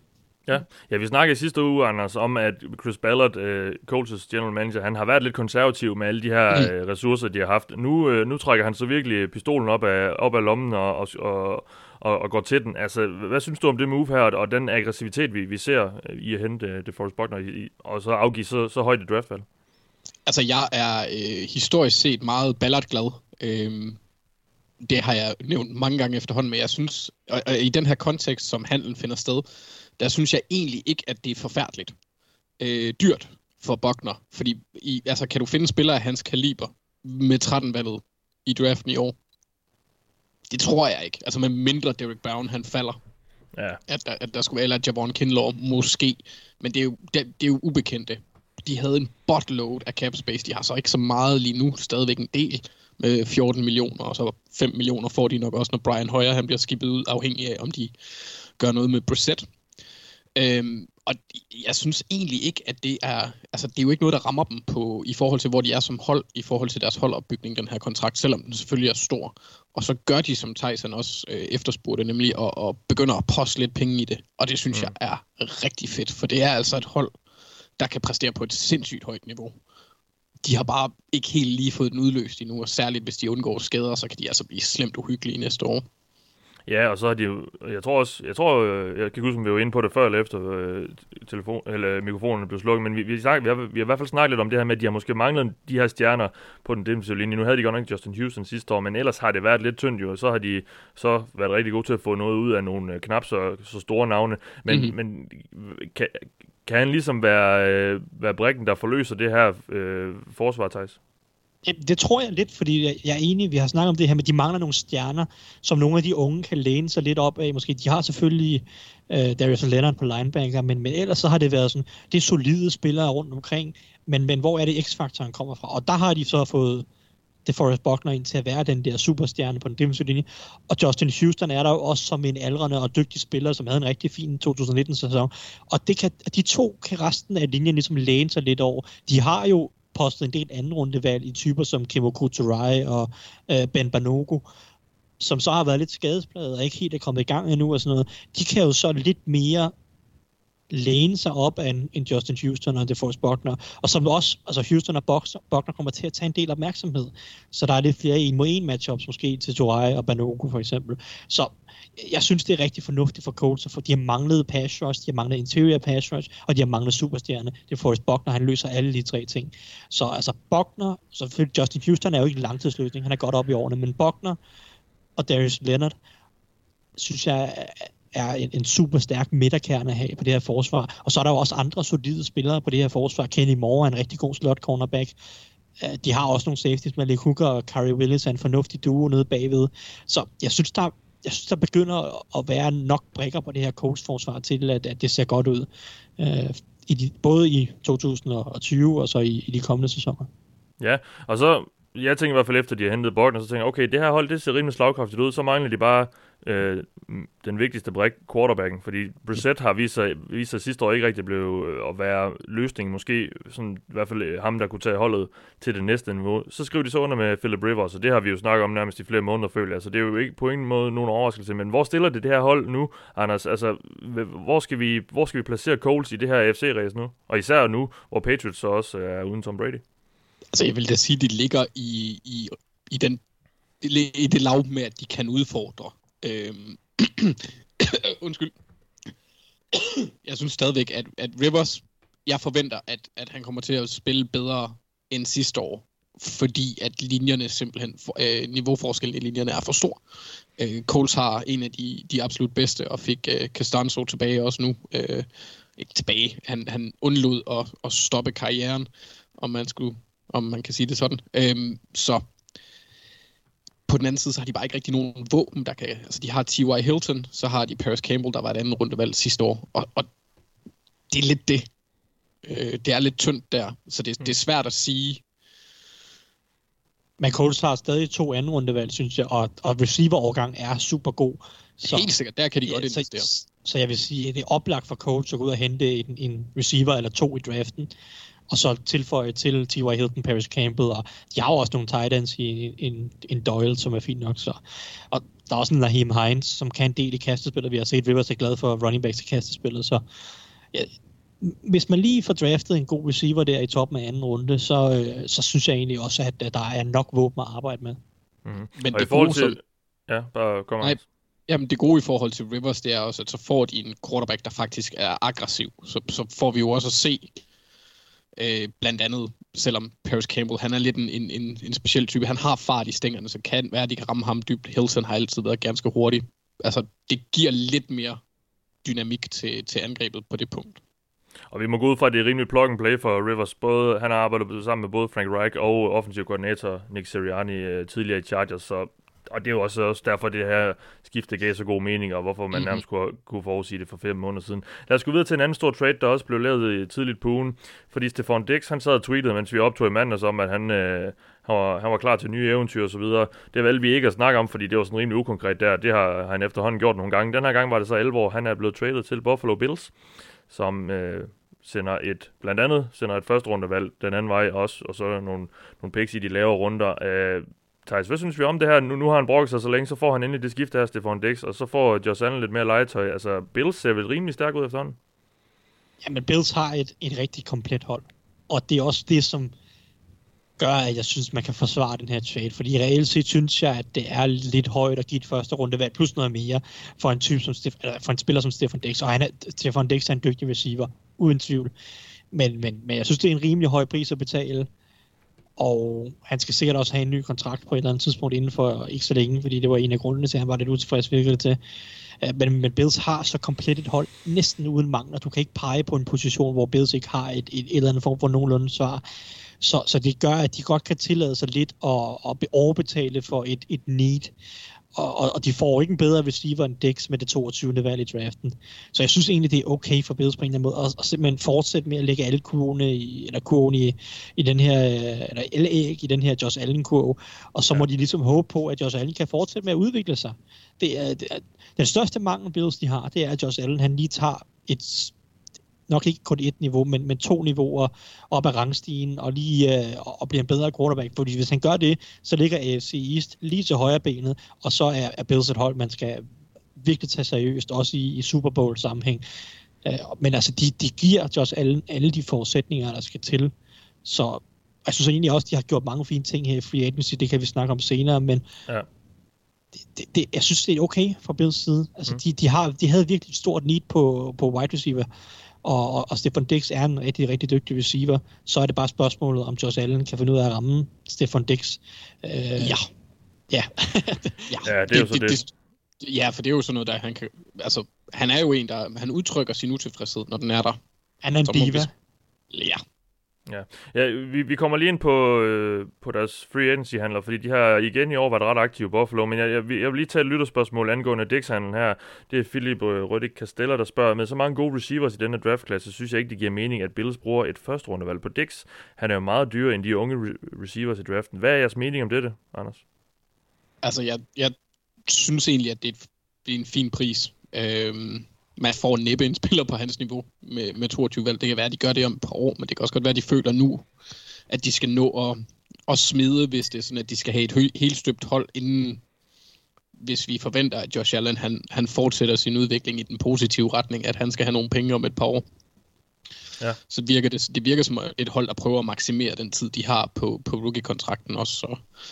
Ja, ja, vi snakkede i sidste uge, Anders, om at Chris Ballard, uh, Colts' general manager, han har været lidt konservativ med alle de her mm. uh, ressourcer, de har haft. Nu, uh, nu trækker han så virkelig pistolen op af, op af lommen og, og, og, og, og går til den. Altså, hvad synes du om det move her, og den aggressivitet, vi, vi ser i at hente uh, DeForest Buckner i, og så afgive så, så højt et draftvalg? Altså, jeg er øh, historisk set meget Ballard-glad. Øhm, det har jeg nævnt mange gange efterhånden, men jeg synes, og, og i den her kontekst, som handlen finder sted, der synes jeg egentlig ikke, at det er forfærdeligt øh, dyrt for Buckner. Fordi, i, altså, kan du finde spillere af hans kaliber med tretten-valget i draften i år? Det tror jeg ikke. Altså, med mindre Derek Brown, han falder. Ja. At, der, at der skulle være, eller Javon Kinlaw, måske. Men det er jo, det, det er jo ubekendte. De havde en buttload af cap space. De har så ikke så meget lige nu. Stadigvæk en del med fjorten millioner, og så fem millioner får de nok også, når Brian Hoyer han bliver skibet ud, afhængig af, om de gør noget med Brissett. Øhm, og jeg synes egentlig ikke, at det er... Altså, det er jo ikke noget, der rammer dem på, i forhold til, hvor de er som hold, i forhold til deres holdopbygning, den her kontrakt, selvom den selvfølgelig er stor. Og så gør de, som Tyson også øh, efterspurgte, nemlig at, at begynde at poste lidt penge i det. Og det synes mm. jeg er rigtig fedt, for det er altså et hold, der kan præstere på et sindssygt højt niveau. De har bare ikke helt lige fået den udløst endnu, og særligt hvis de undgår skader, så kan de altså blive slemt uhyggelige næste år. Ja, og så har de jo, jeg tror også, jeg tror, jeg kan ikke huske, om vi var inde på det før eller efter øh, telefon, eller mikrofonen blev slukket, men vi, vi, snak, vi, har, vi har i hvert fald snakket lidt om det her med, at de har måske manglet de her stjerner på den defensive linje. Nu havde de godt nok Justin Houston sidste år, men ellers har det været lidt tyndt jo, og så har de så været rigtig gode til at få noget ud af nogle knap så, så store navne. Men, mm-hmm. men kan, kan han ligesom være, øh, være brikken, der forløser det her øh, forsvar, Theis? Det tror jeg lidt, fordi jeg er enig, vi har snakket om det her, men de mangler nogle stjerner, som nogle af de unge kan læne sig lidt op af. Måske de har selvfølgelig uh, Darius Leonard på linebacker, men, men ellers så har det været sådan, det er solide spillere rundt omkring, men, men hvor er det X-faktoren kommer fra? Og der har de så fået DeForest Buckner ind til at være den der superstjerne på den defensive linje. Og Justin Houston er der jo også som en aldrende og dygtig spiller, som havde en rigtig fin to tusind nitten-sæson. Og det kan, de to kan resten af linjen ligesom læne sig lidt over. De har jo postet en del anden rundevalg i typer som Kimo Kuturai og øh, Ben Banogu, som så har været lidt skadespladet og ikke helt er kommet i gang endnu og sådan noget. De kan jo så lidt mere læne sig op af en, en Justin Houston og DeForest Buckner, og som også, altså Houston og Buckner kommer til at tage en del opmærksomhed, så der er lidt flere en mod en matchups måske til Turai og Banogu for eksempel. Så jeg synes, det er rigtig fornuftigt for Colts, for de har manglet pass rush, de har manglet interior pass rush, og de har manglet superstjerne. DeForest Buckner, han løser alle de tre ting. Så altså Buckner, selvfølgelig Justin Houston er jo ikke en langtidsløsning, han er godt op i årene, men Buckner og Darius Leonard, synes jeg er en, en super stærk midterkerne at have på det her forsvar. Og så er der jo også andre solide spillere på det her forsvar. Kenny Moore er en rigtig god slot cornerback. De har også nogle safeties med Lee Hooker og Kari Willis er en fornuftig duo nede bagved. Så jeg synes, der, jeg synes, der begynder at være nok brikker på det her Colts-forsvar til, at, at det ser godt ud. Uh, i de, både i to tusind og tyve og så i, i de kommende sæsoner. Ja, og så jeg tænker i hvert fald efter, de har hentet Buckner, så tænker jeg, okay, det her hold, det ser rimelig slagkraftigt ud, så mangler de bare øh, den vigtigste brik, quarterbacken, fordi Brissett har vist sig, vist sig sidste år ikke rigtig blev øh, at være løsningen, måske sådan, i hvert fald øh, ham, der kunne tage holdet til det næste niveau. Så skriver de så under med Philip Rivers, og det har vi jo snakket om nærmest i flere måneder, føler jeg, så det er jo ikke på ingen måde nogen overraskelse, men hvor stiller det det her hold nu, Anders? Altså, hvor skal vi, hvor skal vi placere Colts i det her A F C-race nu? Og især nu, hvor Patriots så også er uden Tom Brady. Altså, jeg vil da sige, at de ligger i, i, i, den, i det lav med, at de kan udfordre. Øhm. Undskyld. Jeg synes stadigvæk, at, at Rivers, jeg forventer, at, at han kommer til at spille bedre end sidste år, fordi at linjerne simpelthen, øh, niveauforskellen i linjerne er for stor. Øh, Colts har en af de, de absolut bedste, og fik øh, Costanzo tilbage også nu. Øh, ikke tilbage, han, han undlod at, at stoppe karrieren, om man skulle om man kan sige det sådan. Øhm, så på den anden side, så har de bare ikke rigtig nogen våben, der kan... Altså, de har T Y. Hilton, så har de Paris Campbell, der var et andet rundevalg sidste år, og, og det er lidt det. Øh, det er lidt tyndt der, så det, det er svært at sige. Men Colts har stadig to anden rundevalg, synes jeg, og, og receiver-overgang er super god. Så, helt sikkert, der kan de godt ja, investere. Så, så jeg vil sige, at det er oplagt for Colts at gå ud og hente en, en receiver eller to i draften, og så tilføje til T Y. Hilton, Paris Campbell, og de har også nogle tight ends i en, en Doyle, som er fint nok. Så. Og der er også en Raheem Hines, som kan en del i kastespillet. Vi har set Rivers er glad for running backs i kastespillet, så ja, hvis man lige får draftet en god receiver der i toppen af anden runde, så, øh, så synes jeg egentlig også, at, at der er nok våben at arbejde med. Mm-hmm. Men og det i forhold gode, til... så... Ja, bare kom Nej, jamen det gode i forhold til Rivers, det er også, at så får de en quarterback, der faktisk er aggressiv. Så, så får vi jo også at se, øh, blandt andet, selvom Paris Campbell, han er lidt en, en, en, en speciel type. Han har fart i stængerne, så kan være, at de kan ramme ham dybt. Hilton har altid været ganske hurtig. Altså, det giver lidt mere dynamik til, til angrebet på det punkt. Og vi må gå ud fra, at det er rimelig plug and play for Rivers. Både, han har arbejdet sammen med både Frank Reich og offensiv koordinator Nick Sirianni tidligere i Chargers, så og det er jo også, også derfor, det her skifte gav så god mening, og hvorfor man mm-hmm. nærmest kunne, kunne forudsige det for fem måneder siden. Lad os gå videre til en anden stor trade, der også blev lavet tidligt på ugen, fordi Stefon Diggs, han sad og tweetede, mens vi optog i mandags om, at han, øh, han, var, han var klar til nye eventyr og så videre. Det valgte vi ikke at snakke om, fordi det var sådan rimelig ukonkret der. Det har han efterhånden gjort nogle gange. Den her gang var det så elleve år, han er blevet traded til Buffalo Bills, som... Øh, sender et, blandt andet sender et første rundevalg den anden vej også, og så nogle, nogle picks i de lavere runder. Øh, Thijs, hvad synes vi om det her? Nu, nu har han brokket sig så længe, så får han endelig det skifte her, Stefon Diggs, og så får Josh Allen lidt mere legetøj. Altså, Bills ser vel rimelig stærk ud efterhånden? Jamen, Bills har et, et rigtig komplet hold, og det er også det, som gør, at jeg synes, man kan forsvare den her trade, fordi reelt set synes jeg, at det er lidt højt at give et første rundevalg, plus noget mere for en, type som Stef- eller for en spiller som Stefon Diggs, og han er, Stefon Diggs er en dygtig receiver, uden tvivl. Men, men, men jeg synes, det er en rimelig høj pris at betale, og han skal sikkert også have en ny kontrakt på et eller andet tidspunkt inden for ikke så længe, fordi det var en af grundene til, at han var lidt utilfreds virkelig til. Men, men Bills har så komplet et hold, næsten uden mangler. Du kan ikke pege på en position, hvor Bills ikke har et, et, et eller andet form for nogenlunde svar. Så, så det gør, at de godt kan tillade sig lidt at, at overbetale for et, et need. Og, og, og de får ikke en bedre receiver end Diggs med det toogtyvende valg i draften. Så jeg synes egentlig, det er okay for Bills på en eller anden måde, og, og simpelthen fortsætte med at lægge alle kurvene i, eller kurven i, i den her, eller alle æg i den her Josh Allen-kurve, og så ja. må de ligesom håbe på, at Josh Allen kan fortsætte med at udvikle sig. Det er, det er, den største mangel Bills de har, det er, at Josh Allen han lige tager et, nok ikke kun et niveau, men, men to niveauer op ad rangstigen, og lige øh, og bliver en bedre quarterback, fordi hvis han gør det, så ligger A F C East lige til højre benet, og så er, er Bills et hold, man skal virkelig tage seriøst, også i, i Super Bowl sammenhæng. Øh, men altså, de, de giver Josh Allen alle de forudsætninger, der skal til, så jeg synes egentlig også, de har gjort mange fine ting her i free agency, det kan vi snakke om senere, men ja. det, det, det, jeg synes, det er okay fra Bills side. Altså, mm. de, de, har, de havde virkelig et stort need på, på wide receiver, Og, og, og Stefon Diggs er en rigtig, rigtig dygtig receiver, så er det bare spørgsmålet, om Josh Allen kan finde ud af at ramme Stefon Diggs. Øh, ja. Ja. ja. Ja, det er jo så det. det. det ja, for det er jo sådan noget, der han kan... Altså, han er jo en, der... Han udtrykker sin utilfredshed, når den er der. Han er en diva. Vi, ja. Ja, ja vi, vi kommer lige ind på, øh, på deres free agency-handler, fordi de har igen i år været ret aktive i Buffalo, men jeg, jeg, jeg vil lige tage et lytterspørgsmål angående Diggs-handlen her. Det er Philip øh, Rødik Casteller, der spørger, med så mange gode receivers i denne draftklasse, synes jeg ikke, det giver mening, at Bills bruger et første rundevalg på Diggs. Han er jo meget dyrere end de unge re- receivers i draften. Hvad er jeres mening om dette, Anders? Altså, jeg, jeg synes egentlig, at det er, et, det er en fin pris. Øhm... Man får næppe en spiller på hans niveau med, med toogtyve valg. Det kan være, at de gør det om et par år, men det kan også godt være, at de føler nu, at de skal nå at, at smide, hvis det er sådan, at de skal have et hø- helt støbt hold, inden hvis vi forventer, at Josh Allen han, han fortsætter sin udvikling i den positive retning, at han skal have nogle penge om et par år. Ja. Så virker det, det virker som et hold, der prøver at maksimere den tid, de har på, på rookie-kontrakten også. Så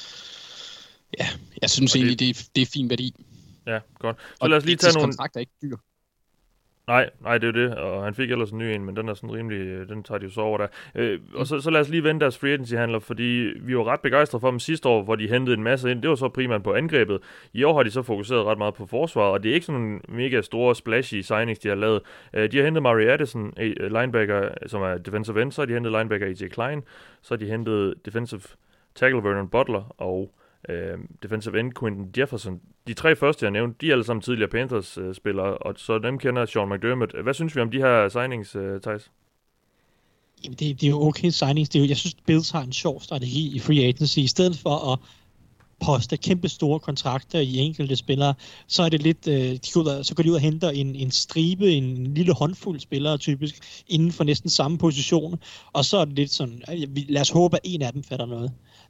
ja, jeg synes det, egentlig, det er, det er fin værdi. Ja, godt. Så lad os lige tage nogle... kontrakt er ikke dyr. Nej, nej, det er jo det, og han fik ellers en ny en, men den er sådan rimelig, den tager de jo så over der. Øh, mm. Og så, så lad os lige vende deres free agency-handler, fordi vi var ret begejstrede for dem sidste år, hvor de hentede en masse ind. Det var så primært på angrebet. I år har de så fokuseret ret meget på forsvaret, og det er ikke sådan nogle mega store splashy signings, de har lavet. Øh, de har hentet Mari Addison, linebacker, som er defensive end, så har de hentet linebacker A J Klein, så har de hentet defensive tackle Vernon Butler og Uh, defensive end Quinton Jefferson. De tre første, jeg nævnte, de er alle sammen tidligere Panthers-spillere, uh, og så dem kender Sean McDermott. Hvad synes vi om de her signings, uh, Thijs? Jamen, det, det er jo okay signings. Det er jo, jeg synes, Bills har en sjov strategi i free agency. I stedet for at poste kæmpe store kontrakter i enkelte spillere, så er det lidt, øh, de går ud, så går de ud og henter en, en stribe, en lille håndfuld spillere typisk, inden for næsten samme position, og så er det lidt sådan, lad os håbe, at en af dem fatter noget.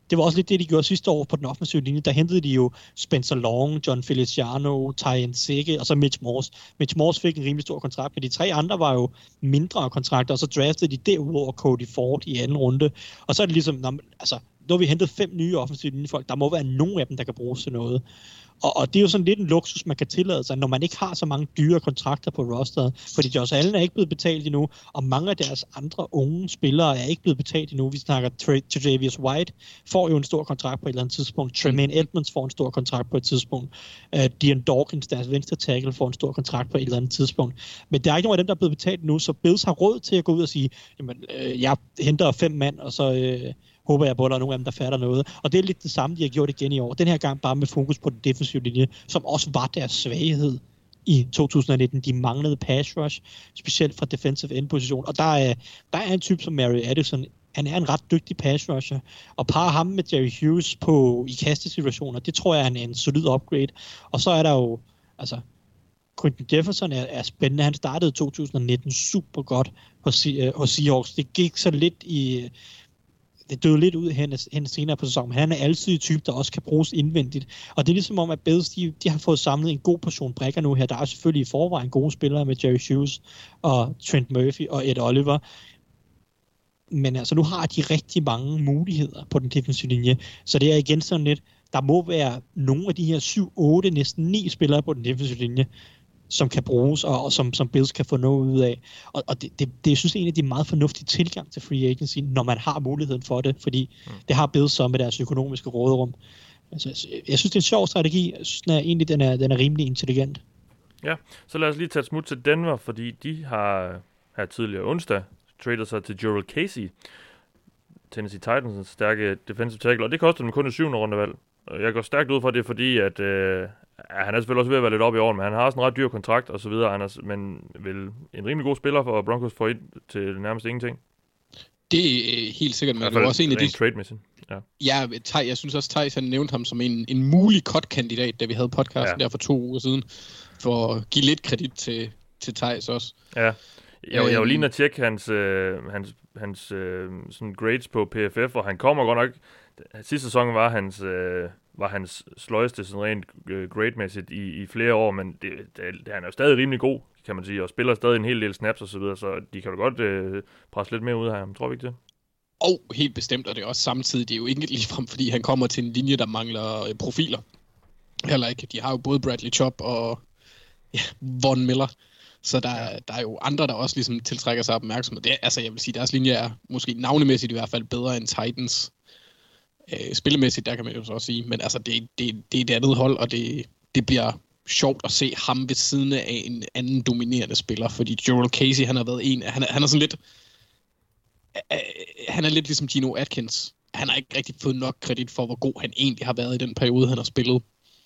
det var også lidt det, de gjorde sidste år på den offensive linje. Der hentede de jo Spencer Long, John Feliciano, Ty Nzeke og så Mitch Morse. Mitch Morse fik en rimelig stor kontrakt, men de tre andre var jo mindre kontrakter, og så draftede de derudover Cody Ford i anden runde. Og så er det ligesom, når, altså, nu har vi hentet fem nye offensive linjefolk, der må være nogen af dem, der kan bruges til noget. Og, og det er jo sådan lidt en luksus, man kan tillade sig, når man ikke har så mange dyre kontrakter på rosteret. Fordi Josh Allen er ikke blevet betalt endnu, og mange af deres andre unge spillere er ikke blevet betalt endnu. Vi snakker Tre'Davious White får jo en stor kontrakt på et eller andet tidspunkt. Tremaine Edmonds får en stor kontrakt på et tidspunkt. Uh, Dion Dawkins, deres venstre tackle, får en stor kontrakt på et eller andet tidspunkt. Men der er ikke nogen af dem, der er blevet betalt nu, så Bills har råd til at gå ud og sige, jamen, øh, jeg henter fem mand, og så... Øh, håber jeg på, at der er nogle af dem, der fatter noget. Og det er lidt det samme, de har gjort igen i år. Den her gang bare med fokus på den defensive linje, som også var deres svaghed i to tusind nitten. De manglede pass rush, specielt fra defensive end position. Og der er, der er en type som Mary Addison. Han er en ret dygtig pass rusher. Og par ham med Jerry Hughes på, i kastesituationer, det tror jeg er en, en solid upgrade. Og så er der jo, altså, Quentin Jefferson er, er spændende. Han startede to tusind nitten super godt hos, øh, hos Seahawks. Det gik så lidt i... Det døde lidt ud hen, hen senere på sæsonen, men han er altid en type, der også kan bruges indvendigt. Og det er ligesom om, at Bills, de, de har fået samlet en god portion brækker nu her. Der er selvfølgelig i forvejen gode spillere med Jerry Hughes og Trent Murphy og Ed Oliver. Men altså, nu har de rigtig mange muligheder på den defensive linje. Så det er igen sådan lidt, der må være nogle af de her syv, otte, næsten ni spillere på den defensive linje, som kan bruges, og, og som, som Bills kan få noget ud af. Og, og det, det, det, jeg synes egentlig, det er en meget fornuftig tilgang til free agency, når man har muligheden for det, fordi mm. det har Bills så med deres økonomiske råderum. Altså, jeg synes, det er en sjov strategi. Jeg synes, den er, egentlig, den er, den er rimelig intelligent. Ja, så lad os lige tage et smut til Denver, fordi de har her tidligere onsdag tradet sig til Jurrell Casey, Tennessee Titans' stærke defensive tackle, og det koster dem kun et syvende rundevalg. Jeg går stærkt ud fra det, fordi at øh, han er selvfølgelig også ved at være lidt op i åren, men han har også en ret dyr kontrakt og så videre. Han er, men vel en rimelig god spiller for Broncos for ind til nærmest ingenting. Det er helt sikkert, men det er også en af de... trade-mæssigt. Ja, ja Tej, jeg synes også, Thijs han nævnte ham som en, en mulig cut-kandidat, da vi havde podcasten ja. der for to uger siden, for at give lidt kredit til, til Thijs også. Ja, jeg, jeg, jeg var lige inde at tjekke hans, øh, hans, hans øh, sådan grades på P F F, og han kommer godt nok... Sidste sæson var hans, øh, var hans sløjeste sådan rent øh, grade-mæssigt i, i flere år, men det, det, han er jo stadig rimelig god, kan man sige, og spiller stadig en hel del snaps og så videre, så de kan jo godt øh, presse lidt mere ud af ham, tror vi ikke det? Og helt bestemt, og det er også samtidig, det er jo ikke ligefrem, fordi han kommer til en linje, der mangler øh, profiler. Heller ikke. De har jo både Bradley Chubb og ja, Von Miller, så der, ja. der er jo andre, der også ligesom tiltrækker sig opmærksomhed. Det er, altså, jeg vil sige, deres linje er måske navnemæssigt i hvert fald bedre end Titans. Øh, spillemæssigt, der kan man jo så også sige, men altså, det, det, det er et andet hold, og det, det bliver sjovt at se ham ved siden af en anden dominerende spiller, fordi Jurrell Casey, han har været en, han er, han er sådan lidt, øh, han er lidt ligesom Geno Atkins. Han har ikke rigtig fået nok kredit for, hvor god han egentlig har været i den periode, han har spillet.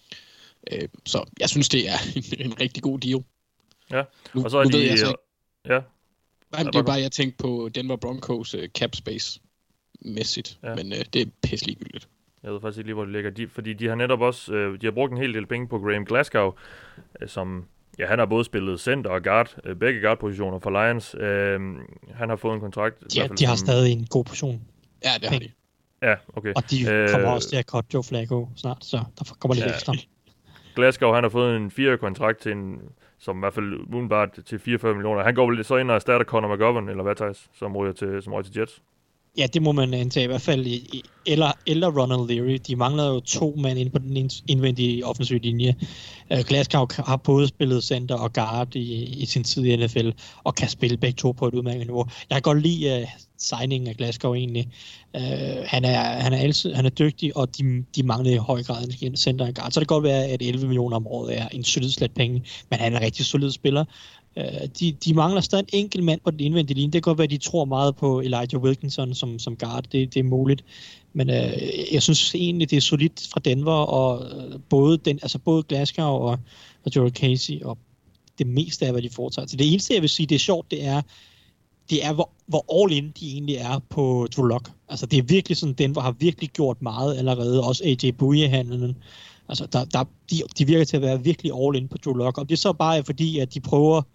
Øh, så jeg synes, det er en, en rigtig god deal. Ja, nu, og så er nu de... ved jeg så ikke, ja. Nej, det er bare, jeg tænkte på Denver Broncos uh, cap space mæssigt, ja. men uh, det er pisse ligegyldigt. Jeg ved faktisk ikke lige, hvor det ligger. De, fordi de har netop også, øh, de har brugt en hel del penge på Graham Glasgow, øh, som, ja, han har både spillet center og guard, øh, begge guard-positioner for Lions. Øh, han har fået en kontrakt. Ja, de har som, stadig en god position. Ja, det har de. Ja, okay. Og de øh, kommer også til at cutte Joe Flacco snart, så der kommer lidt ja. ekstra. Glasgow, han har fået en fire kontrakt til en, som i hvert fald udenbart til fireogfyrre millioner. Han går vel så ind og erstatter Connor McGovern, eller hvad tages, som ryger til, som ryger til Jets. Ja, det må man antage i hvert fald. I, eller, eller Ronald Leary. De mangler jo to mand inde på den indvendige offensive linje. Uh, Glasgow har både spillet center og guard i, i sin tid i N F L, og kan spille begge to på et udmærket niveau. Jeg kan godt lide uh, signingen af Glasgow egentlig. Uh, han, er, han, er altid, han er dygtig, og de, de mangler i høj grad en center og guard. Så det kan godt være, at elleve millioner om året er en solid slat penge, men han er en rigtig solid spiller. Uh, de, de mangler stadig en enkelt mand på den indvendige linje. Det kan godt være, at de tror meget på Elijah Wilkinson som, som guard. Det, det er muligt. Men uh, jeg synes egentlig, det er solidt fra Denver, og uh, både, den, altså både Glasgow og, og Jurrell Casey, og det meste af, hvad de foretager. Så det eneste, jeg vil sige, det er sjovt, det er, det er hvor, hvor all in de egentlig er på Drew Lock. Altså det er virkelig sådan, Denver har virkelig gjort meget allerede. Også A J Bouye-handlen. Altså der, der, de, de virker til at være virkelig all in på Drew Lock. Og det er så bare fordi, at de prøver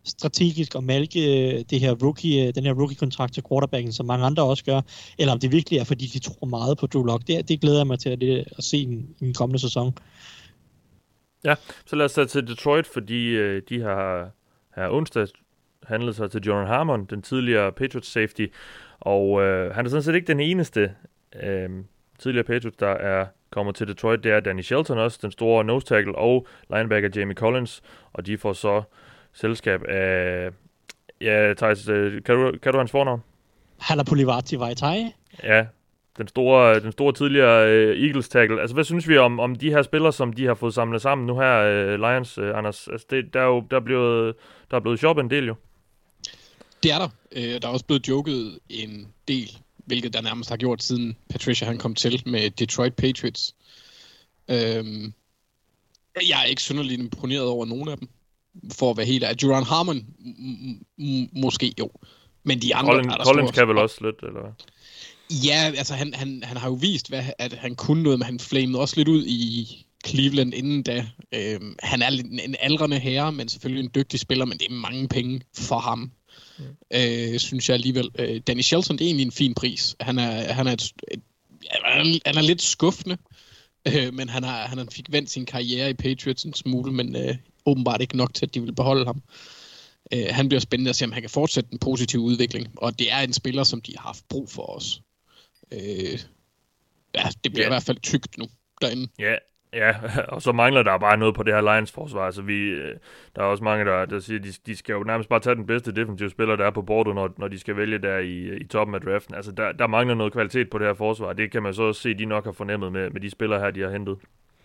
strategisk at malke det her rookie, den her rookie-kontrakt til quarterbacken, som mange andre også gør, eller om det virkelig er, fordi de tror meget på Drew Lock. Det, det glæder jeg mig til at, det, at se i den kommende sæson. Ja, så lad os tage til Detroit, fordi øh, de har her onsdag handlet sig til Jordan Harmon, den tidligere Patriots safety, og øh, han er sådan set ikke den eneste øh, tidligere Patriots, der er kommet til Detroit. Det er Danny Shelton også, den store nose tackle, og linebacker Jamie Collins, og de får så selskab af, ja, Thijs, kan du, kan du hans fornavn? Halapulivati Vaitai. Ja, den store, den store tidligere uh, Eagles tackle. Altså, hvad synes vi om, om de her spillere, som de har fået samlet sammen nu her, uh, Lions, uh, Anders? Altså, det, der er jo der er blevet, der er blevet shoppet en del jo. Det er der. Øh, der er også blevet joket en del, hvilket der nærmest har gjort, siden Patricia han kom til med Detroit Patriots. Øhm, jeg er ikke synderligt imponeret over nogen af dem, for at være helt ærlig. Jordan Harmon, m- m- måske jo. Men de andre... Collins, Collins kan vel også lidt, eller hvad? Ja, altså han, han, han har jo vist, hvad, at han kunne noget, men han flamede også lidt ud i Cleveland inden da. Øhm, han er en, en aldrende herre, men selvfølgelig en dygtig spiller, men det er mange penge for ham. Mm. Øh, synes jeg alligevel. Øh, Danny Shelton, det er egentlig en fin pris. Han er, han er, et, et, han er lidt skuffende, øh, men han, har, han fik vendt sin karriere i Patriots en smule, men øh, åbenbart ikke nok til, at de vil beholde ham. Øh, han bliver spændende at se, om han kan fortsætte den positive udvikling, og det er en spiller, som de har haft brug for os. Øh, ja, det bliver yeah. i hvert fald tykt nu derinde. Ja, yeah. Ja, og så mangler der bare noget på det her Lions-forsvar. Altså vi, der er også mange, der, der siger, at de, de skal jo nærmest bare tage den bedste defensive spiller, der er på bordet, når, når de skal vælge der i, i toppen af draften. Altså der, der mangler noget kvalitet på det her forsvar. Det kan man så også se, de nok har fornemmet med, med de spillere her, de har hentet.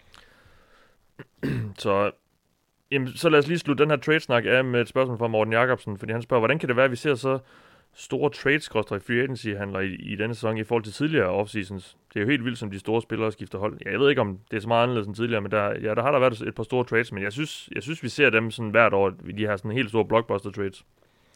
så, jamen, så lad os lige slutte den her trade-snak af med et spørgsmål fra Morten Jacobsen, fordi han spørger, hvordan kan det være, at vi ser så store trades-free agency-handler i, i denne sæson i forhold til tidligere off-seasons? Det er jo helt vildt, som de store spillere skifter hold. Jeg ved ikke, om det er så meget anderledes end tidligere, men der, ja, der har der været et par store trades, men jeg synes, jeg synes vi ser dem sådan hvert år, de har sådan helt store blockbuster-trades.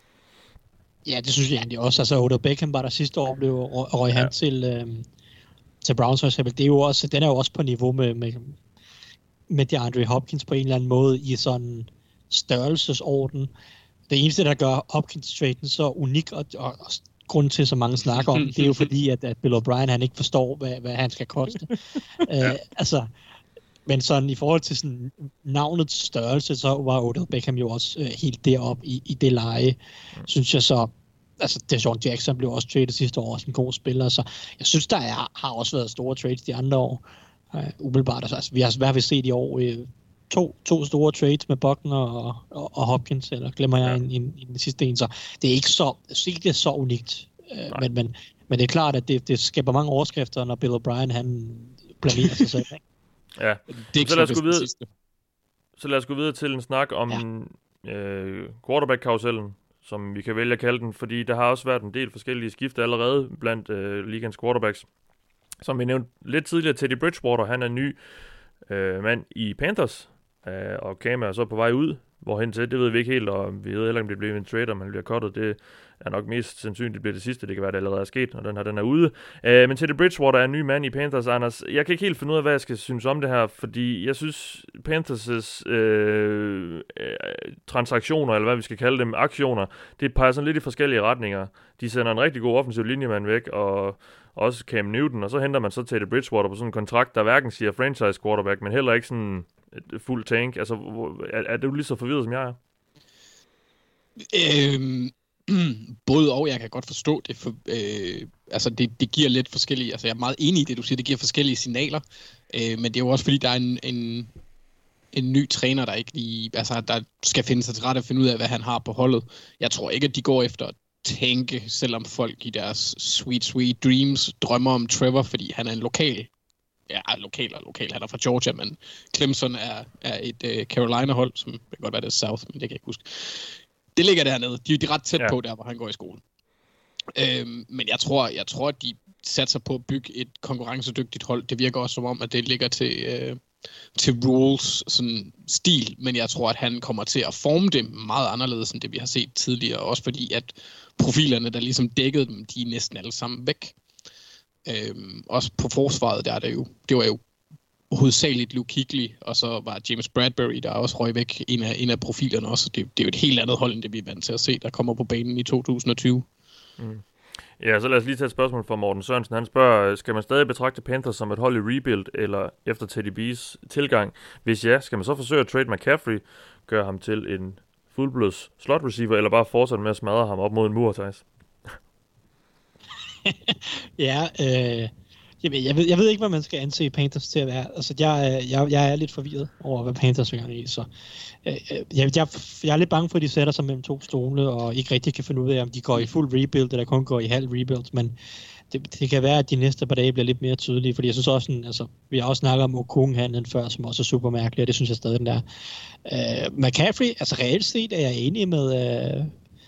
Ja, det synes jeg egentlig også. Altså, Odell Beckham var der sidste år, blev røg han ja. til, øhm, til Browns for eksempel. Det er jo også, den er jo også på niveau med, med, med DeAndre Hopkins på en eller anden måde i sådan størrelsesorden. Det eneste, der gør Hopkins-traden så unik, og, og, og grunden til, så mange snakker om, det er jo fordi, at, at Bill O'Brien, han ikke forstår, hvad, hvad han skal koste. ja. uh, altså, men sådan i forhold til sådan navnets størrelse, så var Odell Beckham jo også uh, helt deroppe i, i det leje, mm. synes jeg så. Altså, DeSean Jackson blev også traded sidste år, også en god spiller, så jeg synes, der er, har også været store trades de andre år. Uh, umiddelbart, altså, altså vi har, hvad har vi set i år? Uh, To, to store trades med Buckner og, og, og Hopkins, eller glemmer jeg ja. en, en, en sidste en, så det er ikke så, ikke så unikt, uh, men, men, men det er klart, at det, det skaber mange overskrifter, når Bill O'Brien, han blamerer sig selv. Ikke? Ja, det er så, lad os gå videre, så lad os gå videre til en snak om ja. øh, quarterback-karusellen, som vi kan vælge at kalde den, fordi der har også været en del forskellige skifter allerede blandt øh, ligens quarterbacks. Som vi nævnte lidt tidligere, Teddy Bridgewater, han er ny øh, mand i Panthers, Uh, og Cam er så på vej ud, hvorhen til, det ved vi ikke helt, og vi ved heller ikke, om det bliver en trade, om han bliver cuttet. Det er nok mest sandsynligt, det bliver det sidste. Det kan være, det allerede er sket, og den her, den er ude. Uh, men Teddy Bridgewater er en ny mand i Panthers, Anders. Jeg kan ikke helt finde ud af, hvad jeg skal synes om det her, fordi jeg synes, Panthers' øh, transaktioner, eller hvad vi skal kalde dem, aktioner, det peger sådan lidt i forskellige retninger. De sender en rigtig god offensiv linjemand væk, og også Cam Newton, og så henter man så Teddy Bridgewater på sådan en kontrakt, der hverken siger franchise quarterback, men heller ikke sådan et fuld tank. Altså, er, er du lige så forvirret, som jeg er? Øhm, både og, jeg kan godt forstå det. For, øh, altså, det, det giver lidt forskellige... Altså, jeg er meget enig i det, du siger. Det giver forskellige signaler. Øh, men det er jo også, fordi der er en, en, en ny træner, der ikke lige... Altså, der skal finde sig til ret at finde ud af, hvad han har på holdet. Jeg tror ikke, at de går efter at tænke, selvom folk i deres sweet, sweet dreams drømmer om Trevor, fordi han er en lokal... Ja, lokal og lokal. Han er fra Georgia, men Clemson er, er et uh, Carolina-hold, som det kan godt være, det er South, men det kan jeg ikke huske. Det ligger dernede. De, de er ret tæt ja. på, der hvor han går i skole. Øhm, men jeg tror, jeg tror, at de satser på at bygge et konkurrencedygtigt hold. Det virker også som om, at det ligger til, øh, til Rules sådan stil, men jeg tror, at han kommer til at forme det meget anderledes, end det vi har set tidligere. Også fordi, at profilerne, der ligesom dækkede dem, de er næsten alle sammen væk. Øhm, også på forsvaret, der er det jo, det var jo hovedsageligt Luke Kuechly, og så var James Bradbury, der også røg væk, en af, en af profilerne også. Det, det er jo et helt andet hold, end det vi er vant til at se, der kommer på banen i to tusind og tyve. Mm. Ja, så lad os lige tage et spørgsmål fra Morten Sørensen. Han spørger, skal man stadig betragte Panthers som et hold i rebuild, eller efter Teddy B's tilgang? Hvis ja, skal man så forsøge at trade McCaffrey, gøre ham til en fuldblods slot receiver, eller bare fortsætte med at smadre ham op mod en mur, Thijs? ja, øh, jeg, jeg, ved, jeg ved ikke, hvad man skal anse Panthers til at være. Altså, jeg, jeg, jeg er lidt forvirret over, hvad Panthers er gang i, så øh, jeg, jeg, jeg er lidt bange for, at de sætter sig mellem to stole, og ikke rigtig kan finde ud af, om de går i fuld rebuild, eller kun går i halv rebuild, men det, det kan være, at de næste par dage bliver lidt mere tydelige, fordi jeg synes også, sådan, altså, vi har også snakket om Okung-handlen før, som også er super mærkelig, og det synes jeg stadig, den der. Øh, McCaffrey, altså reelt set er jeg enig med... Øh,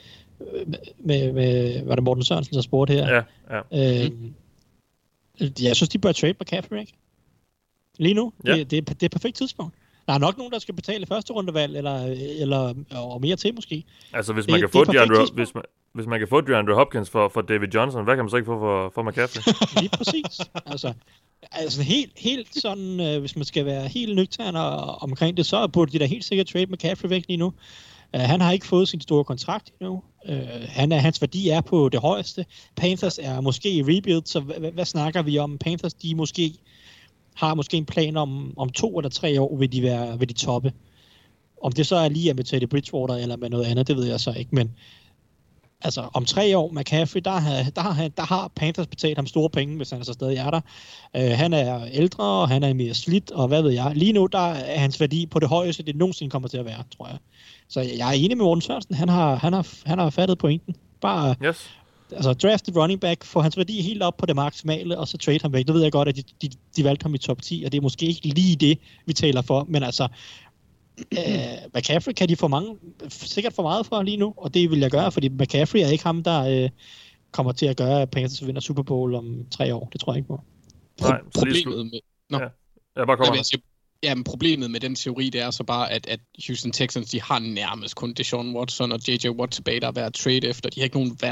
med, med, var det Morten Sørensen, der spurgte her? Ja, ja. Øh, jeg synes, de bør trade McCaffrey, ikke? Lige nu. Ja. Det, det, det er et perfekt tidspunkt. Der er nok nogen, der skal betale første rundevalg, eller, eller og mere til måske. Altså, hvis man, det, kan, det få DeAndre, hvis, man, hvis man kan få DeAndre Hopkins for, for David Johnson, hvad kan man så ikke få for, for McCaffrey? Lige præcis. Altså, altså helt, helt sådan, øh, hvis man skal være helt nøgtern omkring det, så burde de da helt sikkert trade McCaffrey væk lige nu. Uh, han har ikke fået sin store kontrakt endnu. Uh, han er, hans værdi er på det højeste. Panthers er måske i rebuild, så h- h- hvad snakker vi om? Panthers, de måske har måske en plan om, om to eller tre år, vil de være vil de toppe. Om det så er lige med Teddy Bridgewater eller med noget andet, det ved jeg så ikke. Men altså, om tre år, McCaffrey, der har, der har, der har Panthers betalt ham store penge, hvis han så stadig er der. Uh, han er ældre, og han er mere slidt, og hvad ved jeg. Lige nu, der er hans værdi på det højeste, det nogensinde kommer til at være, tror jeg. Så jeg er enig med Morten Sørensen. Han har, han har, han har fattet pointen. Bare yes. altså, draft the running back, få hans værdi helt op på det maksimale, og så trade ham væk. Nu ved jeg godt, at de, de, de valgte ham i top ti, og det er måske ikke lige det, vi taler for. Men altså, øh, McCaffrey kan de få mange, sikkert for meget for lige nu, og det vil jeg gøre, fordi McCaffrey er ikke ham, der øh, kommer til at gøre, at Panthers vinder Super Bowl om tre år. Det tror jeg ikke på. Nej, Problemet med... Nå. Ja, jeg bare kommer. Ja, men problemet med den teori, det er så bare, at, at Houston Texans, de har nærmest kun Deshaun Watson og J J Watt tilbage, der er værd at trade efter. De har ikke nogen valg.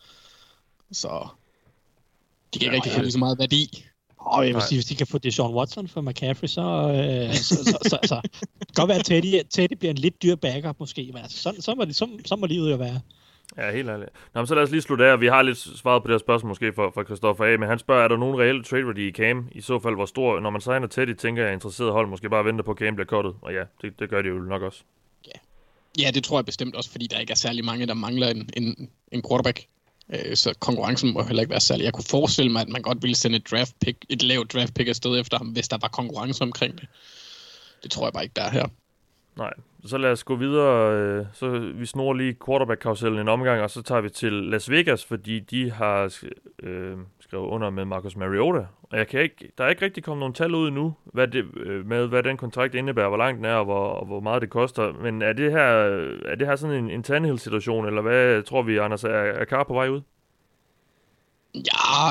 Så de kan ikke ja, rigtig få lige så meget værdi. Og jeg vil sige, hvis de kan få Deshaun Watson for McCaffrey, så, øh, så, så, så, så det kan godt være, at Teddy, Teddy bliver en lidt dyr backup måske, men altså, så, så, må det, så, så må livet jo være. Ja, helt ærligt. Nå, men så lad os lige slutte af. Vi har lidt svaret på det her spørgsmål måske for, for Christoffer A. Men han spørger, er der nogen reelle trade ready i Cam? I så fald, hvor stor? Når man signer Teddy, tænker jeg, at interesseret hold måske bare venter på, at Cam bliver cuttet. Og ja, det, det gør de jo nok også. Ja. ja, det tror jeg bestemt også, fordi der ikke er særlig mange, der mangler en, en, en quarterback. Øh, så konkurrencen må heller ikke være særlig. Jeg kunne forestille mig, at man godt ville sende et draft pick, et lavt draft pick afsted efter ham, hvis der var konkurrence omkring det. Det tror jeg bare ikke, der er her. Nej, så lad os gå videre. Så vi snor lige quarterback-karusellen en omgang, og så tager vi til Las Vegas, fordi de har øh, skrevet under med Marcus Mariota. Og jeg kan ikke, der er ikke rigtig kommet nogen tal ud endnu, hvad det, med hvad den kontrakt indebærer, hvor lang den er, og hvor, og hvor meget det koster. Men er det her, er det her sådan en, en Tannehill-situation, eller hvad tror vi, Anders? Er, er Carr på vej ud? Ja,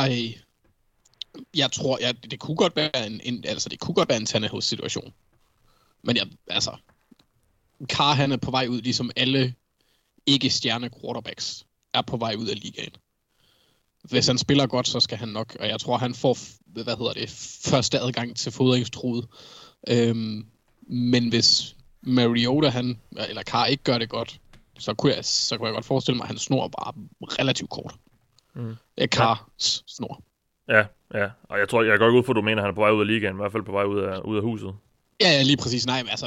jeg tror, ja, det kunne godt være en, en altså det kunne godt være en Tannehill-situation. Men jeg, altså... Carr, han er på vej ud, ligesom alle ikke-stjerne quarterbacks er på vej ud af ligaen. Hvis han spiller godt, så skal han nok, og jeg tror, han får, hvad hedder det, første adgang til fodringstruet. Øhm, men hvis Mariota, han, eller Carr ikke gør det godt, så kunne jeg, så kunne jeg godt forestille mig, at han snor bare relativt kort. Mm. Det er Carrs ja. snor. Ja, ja, og jeg tror, jeg går ikke ud for, at du mener, at han er på vej ud af ligaen, i hvert fald på vej ud af, ud af huset. Ja, ja, lige præcis. Nej, men altså,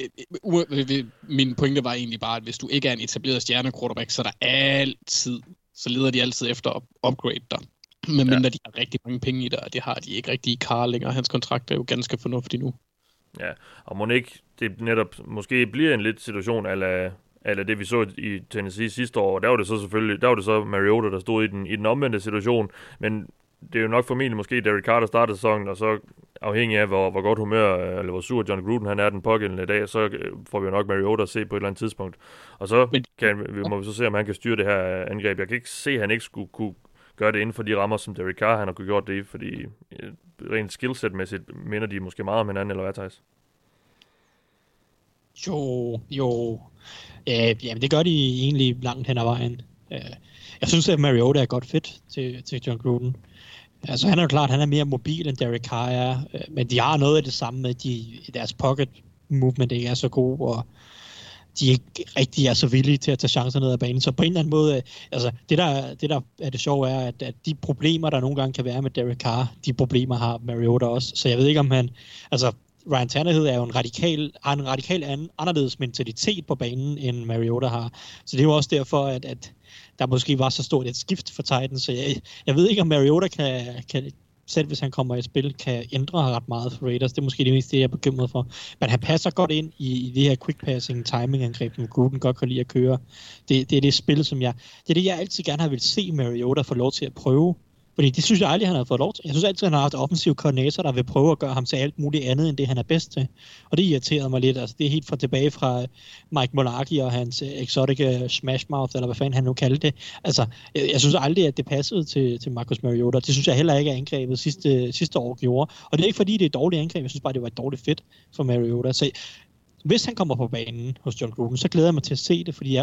min pointe var egentlig bare, at hvis du ikke er en etableret stjerne-quarterback, så er der altid, så leder de altid efter at upgrade dig. Men mindre ja. de har rigtig mange penge i dig, og det har de ikke rigtig i Carr længere. Hans kontrakt er jo ganske fornuftig nu. Ja, og må ikke det netop måske bliver en lidt situation ala, ala det, vi så i Tennessee sidste år. Der var det så selvfølgelig, der var det så Mariota, der stod i den, i den omvendte situation, men det er jo nok formentlig måske Derek Carr, der startede sæsonen, og så afhængig af, hvor, hvor godt humør, eller hvor sur John Gruden han er den pågældende dag, så får vi jo nok Mariota at se på et eller andet tidspunkt. Og så kan, vi, må vi så se, om han kan styre det her angreb. Jeg kan ikke se, at han ikke skulle kunne gøre det inden for de rammer, som Derek Carr han har kunne gjort det i, fordi rent skillset-mæssigt minder de måske meget om hinanden, eller hvad, Thijs? Jo, jo. Øh, jamen, det gør de egentlig langt hen ad vejen. Øh, jeg synes, at Mariota er godt fedt til, til John Gruden. Altså han er jo klart, han er mere mobil end Derek Carr er, men de har noget af det samme med, de, deres pocket movement ikke er så god, og de ikke rigtig er så villige til at tage chancer ned ad banen. Så på en eller anden måde, altså det der, det der er det sjove er, at, at de problemer, der nogle gange kan være med Derek Carr, de problemer har Mariota også. Så jeg ved ikke om han, altså Ryan Tannehill er jo en radikal, har en radikal an, anderledes mentalitet på banen, end Mariota har. Så det er jo også derfor, at, at der måske var så stort et skift for Titans. Så jeg, jeg ved ikke, om Mariota kan, kan, selv hvis han kommer i spil, kan ændre ret meget for Raiders. Det er måske det meste, jeg er bekymret for. Men han passer godt ind i, i det her quick passing timing angreb, som Gruden godt kan lide at køre. Det, det er det spil, som jeg... Det er det, jeg altid gerne har vil se Mariota få lov til at prøve. Fordi det synes jeg aldrig, han har fået lov til. Jeg synes altid, han har haft offensiv koordinator, der vil prøve at gøre ham til alt muligt andet, end det han er bedst til. Og det irriterede mig lidt. Altså, det er helt fra tilbage fra Mike Mularkey og hans exotic smashmouth, eller hvad fanden han nu kaldte det. Altså, jeg, jeg synes aldrig, at det passede til, til Marcus Mariota. Det synes jeg heller ikke, at angrebet sidste, sidste år gjorde. Og det er ikke fordi, det er et dårligt angreb. Jeg synes bare, det var et dårligt fit for Mariota. Så hvis han kommer på banen hos John Gruden, så glæder jeg mig til at se det, fordi jeg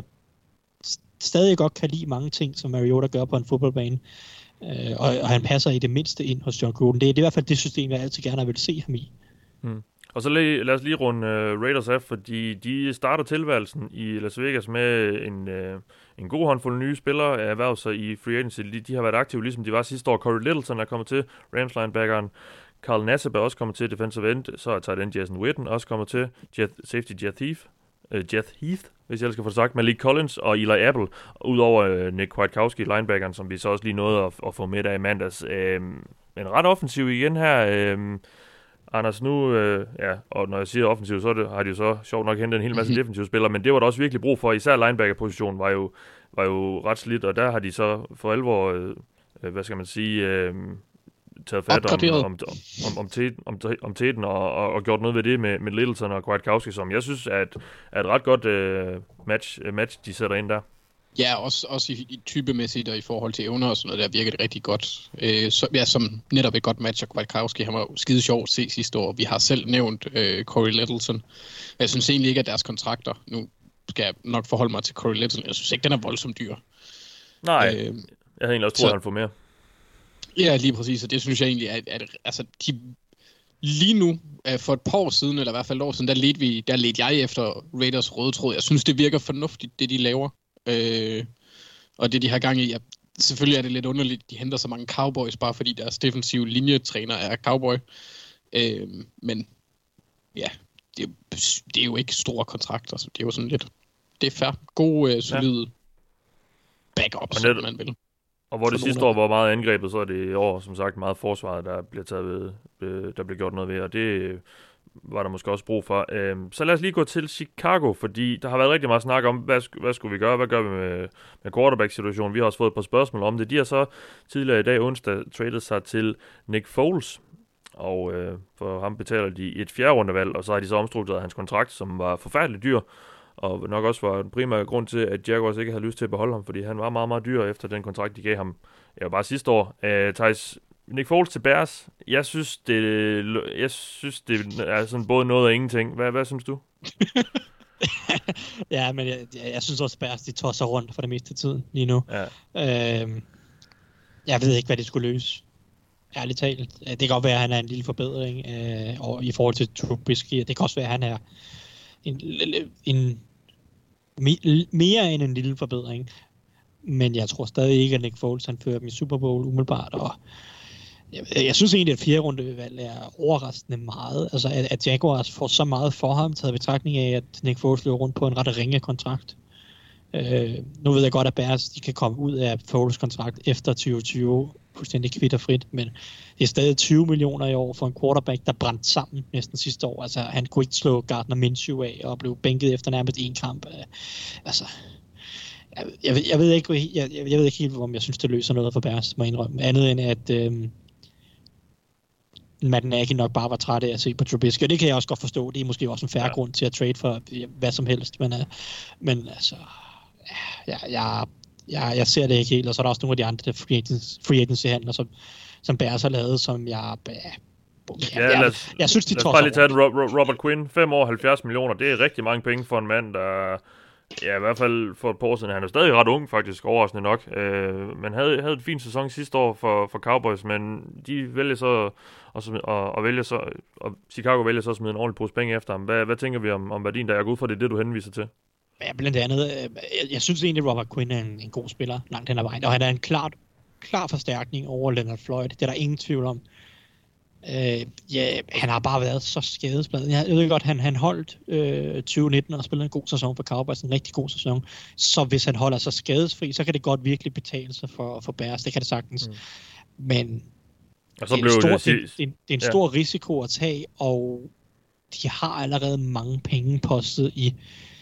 stadig godt kan lide mange ting, som Mariota gør på en fodboldbane. Uh, og, og han passer i det mindste ind hos John Gruden. Det er, det er i hvert fald det system, jeg altid gerne vil se ham i. Hmm. Og så lad, lad os lige runde uh, Raiders af, fordi de starter tilværelsen i Las Vegas med en, uh, en god håndfuld nye spillere af erhverv sig i free agency. De, de har været aktive, ligesom de var sidste år. Corey Littleton er kommet til, Rams linebackeren. Carl Nassib er også kommet til, defensive end. Så er tight end Jason Witten også kommet til. Jet, safety Jeff Heath. Uh, Jeff Heath, hvis jeg skal få det sagt, Malik Collins og Eli Apple, udover uh, Nick Kwiatkowski, linebackeren, som vi så også lige nåede at, at få med der i mandags. Uh, en ret offensiv igen her. Uh, Anders, nu, uh, ja, og når jeg siger offensiv, så det, har de jo så sjovt nok hentet en hel masse mm-hmm. defensive spillere, men det var der også virkelig brug for. Især linebacker-positionen var jo, var jo ret slidt, og der har de så for alvor, uh, hvad skal man sige... Uh, taget fat om, om, om, om, teten, om, om teten og, og, og gjort noget ved det med, med Littleton og Kwiatkowski, som jeg synes er et, er et ret godt uh, match, match, de sætter ind der. Ja, også, også i, i typemæssigt og i forhold til evner og sådan noget, der virker det rigtig godt. Øh, så, ja, som netop et godt match af Kwiatkowski. Han var jo skide sjov at se sidste år. Vi har selv nævnt øh, Corey Littleton. Jeg synes egentlig ikke, at deres kontrakter, nu skal jeg nok forholde mig til Corey Littleton, jeg synes ikke, den er voldsomt dyr. Nej, øh, jeg havde egentlig også troet, at han får mere. Ja, lige præcis, og det synes jeg egentlig, at, at altså, de, lige nu, for et par år siden, eller i hvert fald et år siden, der ledte, vi, der ledte jeg efter Raiders røde tråd. Jeg synes, det virker fornuftigt, det de laver, øh, og det de har gang i. Ja, selvfølgelig er det lidt underligt, de henter så mange Cowboys, bare fordi deres defensive linjetræner er Cowboy, øh, men ja, det, det er jo ikke store kontrakter, så det er jo sådan lidt, det er fair, gode, øh, solide ja. backups, som man vil. Og hvor det sidste år var meget angrebet, så er det i år, som sagt, meget forsvaret, der bliver taget ved, der bliver gjort noget ved, og det var der måske også brug for. Så lad os lige gå til Chicago, fordi der har været rigtig meget snak om, hvad, hvad skulle vi gøre, hvad gør vi med, med quarterback-situationen. Vi har også fået et par spørgsmål om det. De har så tidligere i dag onsdag tradet sig til Nick Foles, og øh, for ham betaler de et fjerde rundevalg, og så har de så omstruktureret hans kontrakt, som var forfærdeligt dyr, og nok også var den primære grund til, at Jaguars ikke havde lyst til at beholde ham, fordi han var meget, meget dyr efter den kontrakt, de gav ham. Ja, bare sidste år. Uh, Thijs, Nick Foles til Bears, jeg synes, det, jeg synes, det er sådan både noget og ingenting. Hvad, hvad synes du? Ja, men jeg, jeg synes også, at Bears, de tosser rundt for det meste af tiden lige nu. Ja. Uh, jeg ved ikke, hvad det skulle løse. Ærligt talt. Det kan godt være, at han er en lille forbedring uh, i forhold til Trubisky. Det kan også være, at han er en, en mere end en lille forbedring, men jeg tror stadig ikke, at Nick Foles han fører dem i Super Bowl umiddelbart, og jeg, jeg synes egentlig, at fjerde rundevalg er overraskende meget, altså at, at Jaguars får så meget for ham, taget betragtning af, at Nick Foles løber rundt på en ret ringe kontrakt. Øh, nu ved jeg godt, at Bears de kan komme ud af Foles kontrakt efter tyve tyve fuldstændig kvitterfrit, men det er stadig tyve millioner i år for en quarterback, der brændte sammen næsten sidste år. Altså, han kunne ikke slå Gardner Minshew af og blev bænket efter nærmest en kamp. Altså, jeg, jeg, jeg, ved ikke, jeg, jeg ved ikke helt, om jeg synes, det løser noget for Bears, må jeg indrømme. Andet end, at øhm, Matt Nagy nok bare var træt af at se på Trubisky, og det kan jeg også godt forstå. Det er måske også en fair ja. grund til at trade for hvad som helst, men, uh, men altså, ja, jeg... Jeg, jeg ser det ikke helt, og så er der også nogle af de andre free agency, free agency-handler, som, som Bears har lavet, som jeg... Ja, ja, jeg, lad os, jeg synes, de tosser. Lad os bare lige tage Robert Quinn. fem år, halvfjerds millioner. Det er rigtig mange penge for en mand, der Ja, i hvert fald for et par år siden. Han er stadig ret ung, faktisk, overraskende nok. Øh, men havde, havde et fint sæson sidste år for, for Cowboys, men de vælger så og, og, og, vælger så, og Chicago vælger så at smide en ordentlig pose penge efter ham. Hvad, hvad tænker vi om, om værdien, der er ud fra det, det du henviser til? Ja, blandt andet, jeg, jeg synes egentlig, Robert Quinn er en, en god spiller langt hen ad vejen, og han er en klart, klar forstærkning over Leonard Floyd. Det er der ingen tvivl om. Øh, ja, han har bare været så skadespladet. Jeg ved godt, han, han holdt øh, tyve nitten og spillede en god sæson for Cowboys, en rigtig god sæson. Så hvis han holder sig skadesfri, så kan det godt virkelig betale sig for, for Bears. Det kan det sagtens. Mm. Men og så det, er blev stor, det, det, det, det er en stor ja. risiko at tage, og de har allerede mange penge postet i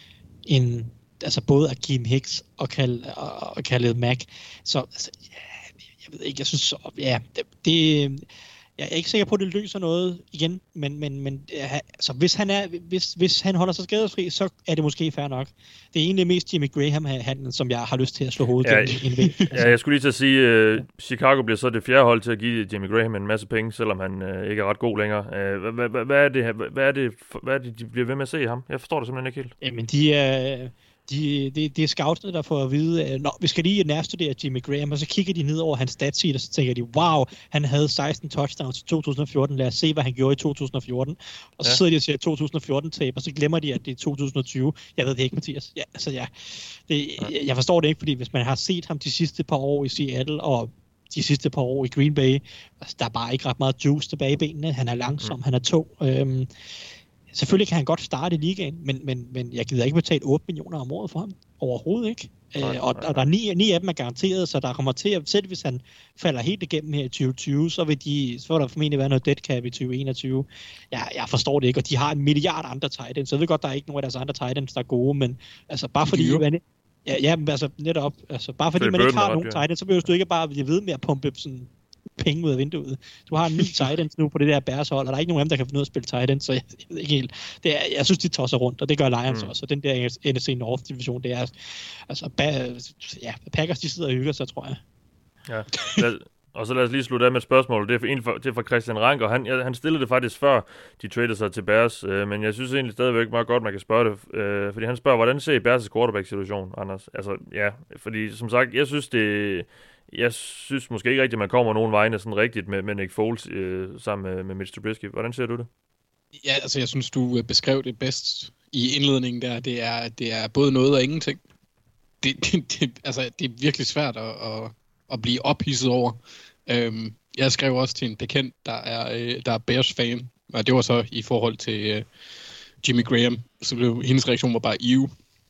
en, altså både af Kim Hicks og, Kal, og, og Khalil Mack. Så altså, ja, jeg ved ikke, jeg synes, ja, det, det jeg er ikke sikker på, at det løser noget igen, men, men, men altså, hvis, han er, hvis, hvis han holder sig skadesfri, så er det måske fair nok. Det er egentlig mest Jimmy Graham-handlen, som jeg har lyst til at slå hovedet ja, gennem en væg. Ja, jeg skulle lige til at sige, uh, Chicago bliver så det fjerde hold til at give Jimmy Graham en masse penge, selvom han uh, ikke er ret god længere. Uh, hvad, hvad, hvad, er det, hvad, er det, hvad er det, de bliver ved med at se i ham? Jeg forstår det simpelthen ikke helt. Jamen, de er... De, det, det er scoutsene, der får at vide, at vi skal lige nærstudere Jimmy Graham, og så kigger de ned over hans statsheet, og så tænker de, wow, han havde seksten touchdowns i to tusind og fjorten, lad os se, hvad han gjorde i to tusind og fjorten. Og så ja. sidder de og siger to tusind og fjorten-tape, og så glemmer de, at det er to tusind og tyve. Jeg ved det ikke, Mathias. Ja, altså, ja. Det, ja. Jeg forstår det ikke, fordi hvis man har set ham de sidste par år i Seattle, og de sidste par år i Green Bay, altså, der er bare ikke ret meget juice tilbage i benene. Han er langsom, mm. han er tung. Øhm, Selvfølgelig kan han godt starte i ligaen, men, men, men jeg gider ikke betale otte millioner om året for ham. Overhovedet ikke. Nej, øh, og, nej, og der er ni, ni af dem er garanteret, så der kommer til at, selv hvis han falder helt igennem her i tyve tyve, så vil, de, så vil der formentlig være noget dead cap i tyve enogtyve. Jeg, jeg forstår det ikke, og de har en milliard andre tight ends, så jeg ved godt, der er ikke nogen af deres andre tight ends, der er gode, men altså bare fordi... Man, ja, ja, altså netop, altså bare fordi man ikke har nogen tight ends, så behøver du ikke bare blive ved med at pumpe sådan penge ud af vinduet. Du har ni tight ends nu på det der Bears hold, og der er ikke nogen af dem, der kan finde ud af at spille tight ends, så jeg, jeg ved ikke helt. Det er, jeg synes, de tosser rundt, og det gør Lions mm. også, og den der N F C North division, det er altså, ba, ja, Packers, de sidder og hygger sig, tror jeg. Ja, lad, og så lad os lige slutte af med et spørgsmål. Det er for, det er fra Christian Rank, og han, ja, han stillede det faktisk før, de tradede sig til Bears, øh, men jeg synes egentlig stadigvæk meget godt, man kan spørge det, øh, fordi han spørger, hvordan ser I Bears' quarterback-situation, Anders? Altså, ja, fordi som sagt, jeg synes, det Jeg synes måske ikke rigtigt, at man kommer nogen vegne sådan rigtigt med, med Nick Foles øh, sammen med, med Mitch Trubisky. Hvordan ser du det? Ja, altså jeg synes, du beskrev det bedst i indledningen der. Det er, det er både noget og ingenting. Det, det, det, altså, det er virkelig svært at, at, at blive ophidset over. Øhm, jeg skrev også til en bekendt, der er, øh, der er Bears-fan, og det var så i forhold til øh, Jimmy Graham. Så blev hendes reaktion var bare ive.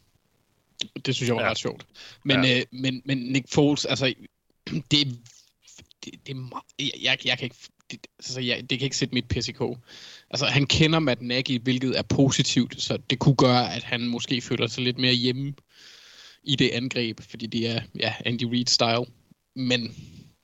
Det synes jeg var ja. ret sjovt. Men, ja. øh, men, men Nick Foles, altså... Det, det, det jeg, jeg, jeg kan ikke det, altså jeg, det kan ikke sætte mit pis i kog. Altså han kender Matt Nagy, hvilket er positivt, så det kunne gøre, at han måske føler sig lidt mere hjemme i det angreb, fordi det er ja, Andy Reid-style. Men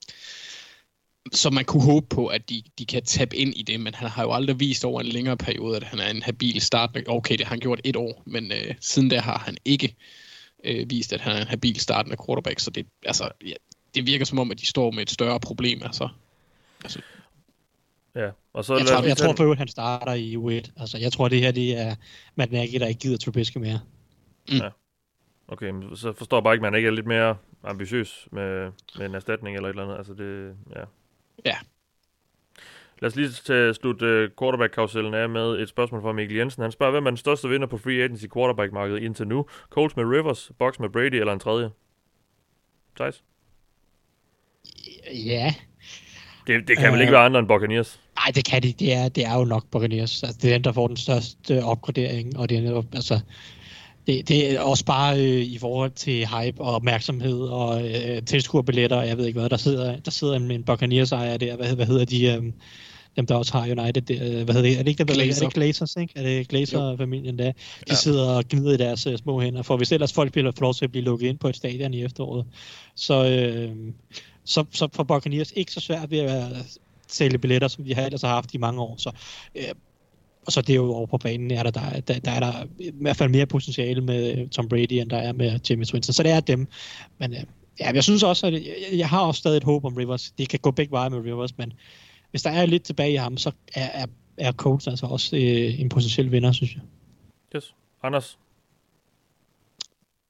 så man kunne håbe på, at de, de kan tabe ind i det, men han har jo aldrig vist over en længere periode, at han er en habil startende. Okay, det har han gjort et år, men øh, siden da har han ikke øh, vist, at han er en habil startende quarterback, så det, altså, ja, det virker som om, at de står med et større problem, altså. altså. Ja, og så jeg, tror, jeg tror på, at han starter i U et. Altså, jeg tror, det her det er Matt Nagy, der ikke gider Trubisky mere. Mm. Ja. Okay, men så forstår jeg bare ikke, at man ikke er lidt mere ambitiøs med, med en erstatning eller et eller andet. Altså, det, ja. Ja. Lad os lige til slut uh, quarterback-karusellen af med et spørgsmål fra Mikkel Jensen. Han spørger, hvem er den største vinder på free agency quarterback-markedet indtil nu? Colts med Rivers, Bucks med Brady eller en tredje? Thijs? Ja. Det, det kan øh, vel ikke være andre end Buccaneers? Nej, det kan det. Det er, det er jo nok Buccaneers. Altså, det er den, der får den største opgradering, og det er netop, altså, det, det er også bare øh, i forhold til hype og opmærksomhed og øh, tilskuerbilletter, og jeg ved ikke hvad, der sidder, der sidder en, en Buccaneers-ejer der, hvad, hvad hedder de, øh, dem der også har United, det, hvad hedder det, er det ikke dem, der Glazer. Er det Glazers, ikke? Er det Glazer-familien der? De ja. sidder og gnider i deres uh, små hænder, for hvis ellers folk bliver lov til at blive lukket ind på et stadion i efteråret, så, øh, så, så får Buccaneers ikke så svært ved at sælge billetter, som de har ellers har haft i mange år, så øh, og så det er jo over på banen, er der, der, der, der er der i hvert fald mere potentiale med Tom Brady, end der er med Jameis Winston, så det er dem, men øh, ja, jeg synes også, at jeg, jeg har også stadig et håb om Rivers, det kan gå begge veje med Rivers, men hvis der er lidt tilbage i ham, så er, er, er Colts altså også øh, en potentiel vinder, synes jeg. Yes. Anders?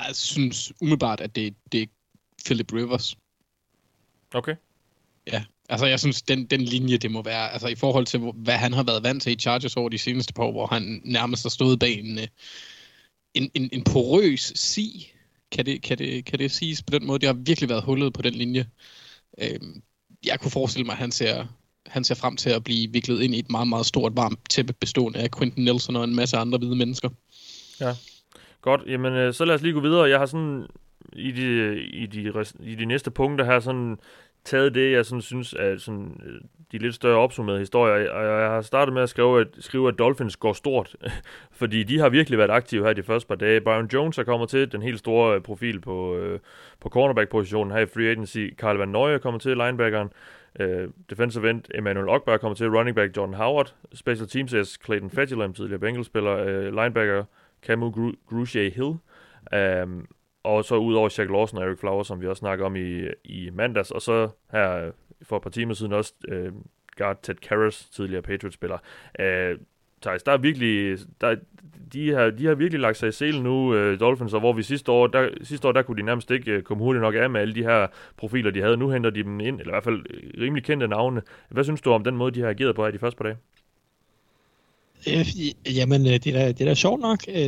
jeg synes umiddelbart, at det, det er Philip Rivers. Okay. Ja, altså jeg synes, den, den linje, det må være, altså i forhold til, hvad han har været vant til i Chargers over de seneste par år, hvor han nærmest har stået bag en, en, en, en porøs si. Kan det, kan, det, kan det siges på den måde? Det har virkelig været hullet på den linje. Øhm, jeg kunne forestille mig, at han ser, han ser frem til at blive viklet ind i et meget, meget stort varmt tæppe bestående af Quentin Nelson og en masse andre hvide mennesker. Ja, godt. Jamen, så lad os lige gå videre. Jeg har sådan i de, i de, i de næste punkter her sådan taget det, jeg sådan synes er sådan de lidt større opsummerede historier, og jeg har startet med at skrive, at, skrive, at Dolphins går stort, fordi de har virkelig været aktive her de første par dage. Byron Jones er kommet til, den helt store profil på, øh, på cornerback-positionen her i free agency. Carl Van Noy er kommet til, linebackeren. Uh, defensive end Emmanuel Ogbar kommer til, running back Jordan Howard, special teams is Clayton Fejedelem, tidligere Bengals-spiller, uh, linebacker Camu Gru- Grugier Hill, um, og så udover Shaq Lawson og Eric Flowers, som vi også snakker om i, i mandags, og så her for et par timer siden også uh, guard Ted Karras, tidligere Patriots-spiller. Uh, Thijs, der er virkelig, der, de, har, de har virkelig lagt sig i selen nu, uh, Dolphins, og hvor vi sidste år, der, sidste år, der kunne de nærmest ikke uh, komme hurtigt nok af med alle de her profiler, de havde. Nu henter de dem ind, eller i hvert fald rimelig kendte navne. Hvad synes du om den måde, de har ageret på her de første par dage? Øh, jamen, det er da, det er da sjovt nok. Øh,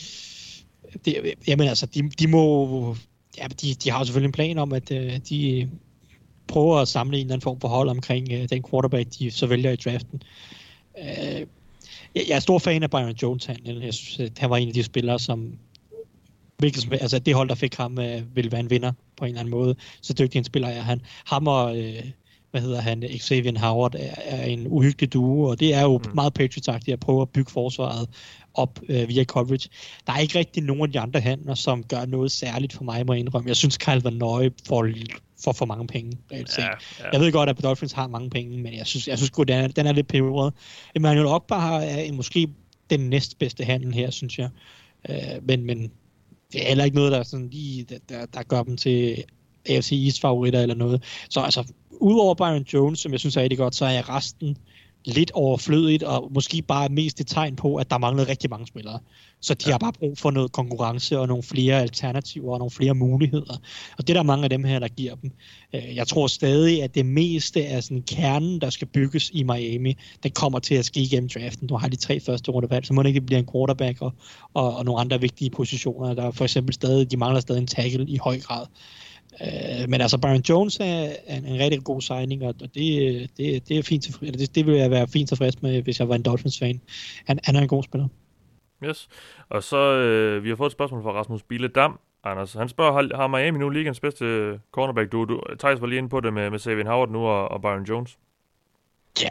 det, jamen altså, de, de må, ja, de, de har jo selvfølgelig en plan om, at øh, de prøver at samle en eller anden form for hold omkring øh, den quarterback, de så vælger i draften. Øh, Jeg er stor fan af Byron Jones. Han, jeg synes, at han var en af de spillere, som hvilket, altså det hold, der fik ham, øh, ville være en vinder på en eller anden måde. Så dygtig en spiller er han. Ham og, øh, hvad hedder han, Xavier Howard er, er en uhyggelig duo, og det er jo mm. meget Patriots-agtigt at prøve at bygge forsvaret op øh, via coverage. Der er ikke rigtig nogen af de andre handler, som gør noget særligt for mig, må jeg indrømme. Jeg synes, Kyle Van Noy får for for mange penge. Ja, ja. Jeg ved godt, at Dolphins har mange penge, men jeg synes, jeg synes godt, den er, den er lidt peberet. Emmanuel Ogbar er måske den næstbedste handel her, synes jeg. Øh, men, men det er heller ikke noget, der, sådan lige, der, der, der gør dem til A F C East-favoritter eller noget. Så altså, udover Byron Jones, som jeg synes er rigtig godt, så er resten lidt overflødigt, og måske bare mest et tegn på, at der mangler rigtig mange spillere. Så de ja. har bare brug for noget konkurrence, og nogle flere alternativer, og nogle flere muligheder. Og det er der mange af dem her, der giver dem. Jeg tror stadig, at det meste af sådan kernen, der skal bygges i Miami, den kommer til at ske igennem draften. Nu har de tre første rundevalg, så må det ikke blive en quarterback, og, og, og nogle andre vigtige positioner. Der er for eksempel stadig, de mangler stadig en tackle i høj grad. Uh, men altså Byron Jones er en, en rigtig god signing, og det, det, det er fint tilfreds, det, det vil jeg være fint tilfreds med, hvis jeg var en Dolphins-fan. Han, han er en god spiller. Yes. Og så øh, vi har fået et spørgsmål fra Rasmus Bille Dam. Anders, han spørger, har, har Miami nu ligens bedste cornerback? Du, du Thijs var lige inde på det med, med Xavier Howard nu og, og Byron Jones. Ja,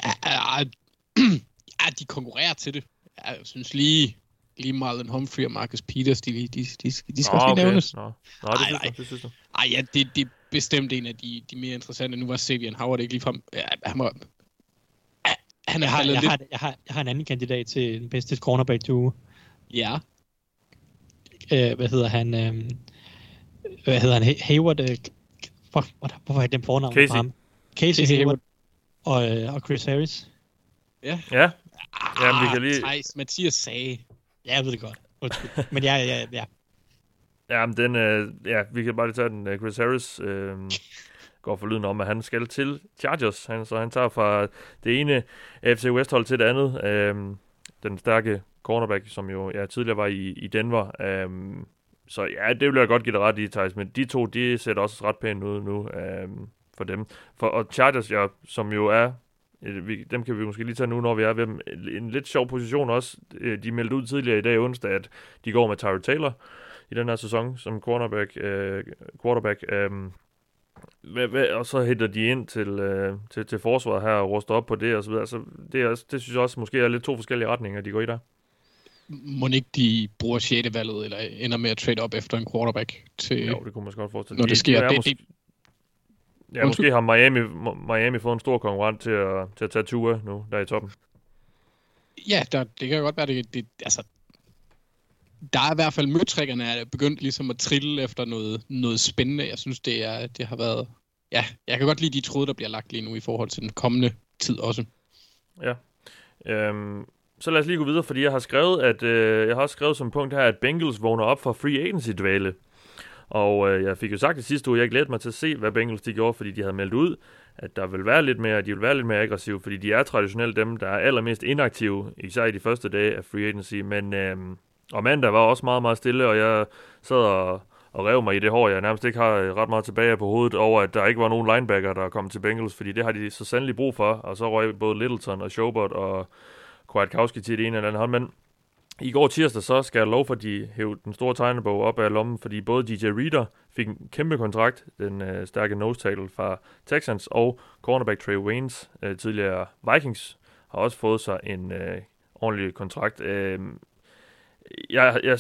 ja, de konkurrerer til det. Jeg synes lige lige Marlon Humphrey og Marcus Peters, de, de, de, de, de skal også okay. lige nævnes. Nå, Nå det, ej, synes jeg, det synes jeg. Ej, ja, det, det er bestemt en af de, de mere interessante. Nu var Xavier Howard ikke ligefrem. Ja, han var... Han er jeg, har, jeg, lidt... har, jeg, har, jeg har en anden kandidat til den bedste cornerback duo. Ja. Øh, hvad hedder han? Øh, hvad hedder han? Hayward? Øh, fuck, hvorfor har jeg den fornavn Casey. på ham? Casey, Casey Hayward og, øh, og Chris Harris. Ja. Ja. Ah, Jamen, vi kan lige... Thijs, Mathias sagde. Ja, jeg ved det godt. Men ja, ja, ja. Ja, men den, øh, ja, vi kan bare lige tage den. Chris Harris øh, går for lyden om, at han skal til Chargers. Han, så han tager fra det ene A F C West-hold til det andet. Øh, den stærke cornerback, som jo ja, tidligere var i, i Denver. Øh, så ja, det vil jeg godt give dig ret i, Thijs. Men de to, de ser også ret pænt ud nu øh, for dem. For, og Chargers, ja, som jo er... Dem kan vi måske lige tage nu, når vi er ved en lidt sjov position også. De meldte ud tidligere i dag onsdag, at de går med Tyrod Taylor i den her sæson som cornerback, øh, quarterback. Øh, og så henter de ind til, øh, til, til forsvaret her og ruster op på det og så videre. Altså, det, er, det synes jeg også måske er lidt to forskellige retninger, de går i der. Må ikke de bruger sjette valget eller ender med at trade op efter en quarterback til... Jo, det kunne man også godt forestille. Når det sker. Det, det, måske... Ja, måske har Miami, Miami fået en stor konkurrent til at, til at tage Tua nu, der i toppen. Ja, der, det kan godt være, det, det altså, der er i hvert fald møtrikkerne er begyndt ligesom at trille efter noget, noget spændende. Jeg synes, det, er, det har været... Ja, jeg kan godt lide de tråde, der bliver lagt lige nu i forhold til den kommende tid også. Ja. Øhm, så lad os lige gå videre, fordi jeg har skrevet, at øh, jeg har også skrevet som punkt her, at Bengals vågner op for free agency-dvale. Og øh, jeg fik jo sagt i sidste uge, jeg glædede mig til at se, hvad Bengals de gjorde, fordi de havde meldt ud, at der vil være lidt mere, de vil være lidt mere aggressive, fordi de er traditionelt dem, der er allermest inaktive, især i de første dage af free agency. Men øh, og mandag var også meget, meget stille, og jeg sad og, og rev mig i det hår, jeg nærmest ikke har ret meget tilbage på hovedet over, at der ikke var nogen linebacker, der kom til Bengals, fordi det har de så sandelig brug for, og så røg både Littleton og Schobert og Kwiatkowski til det ene eller andet hold, men i går tirsdag, så skal jeg love for, at de hævde den store tegnebog op af lommen, fordi både D J Reader fik en kæmpe kontrakt, den øh, stærke nose tackle fra Texans, og cornerback Trey Waynes, øh, tidligere Vikings, har også fået sig en øh, ordentlig kontrakt. Øh, jeg, jeg,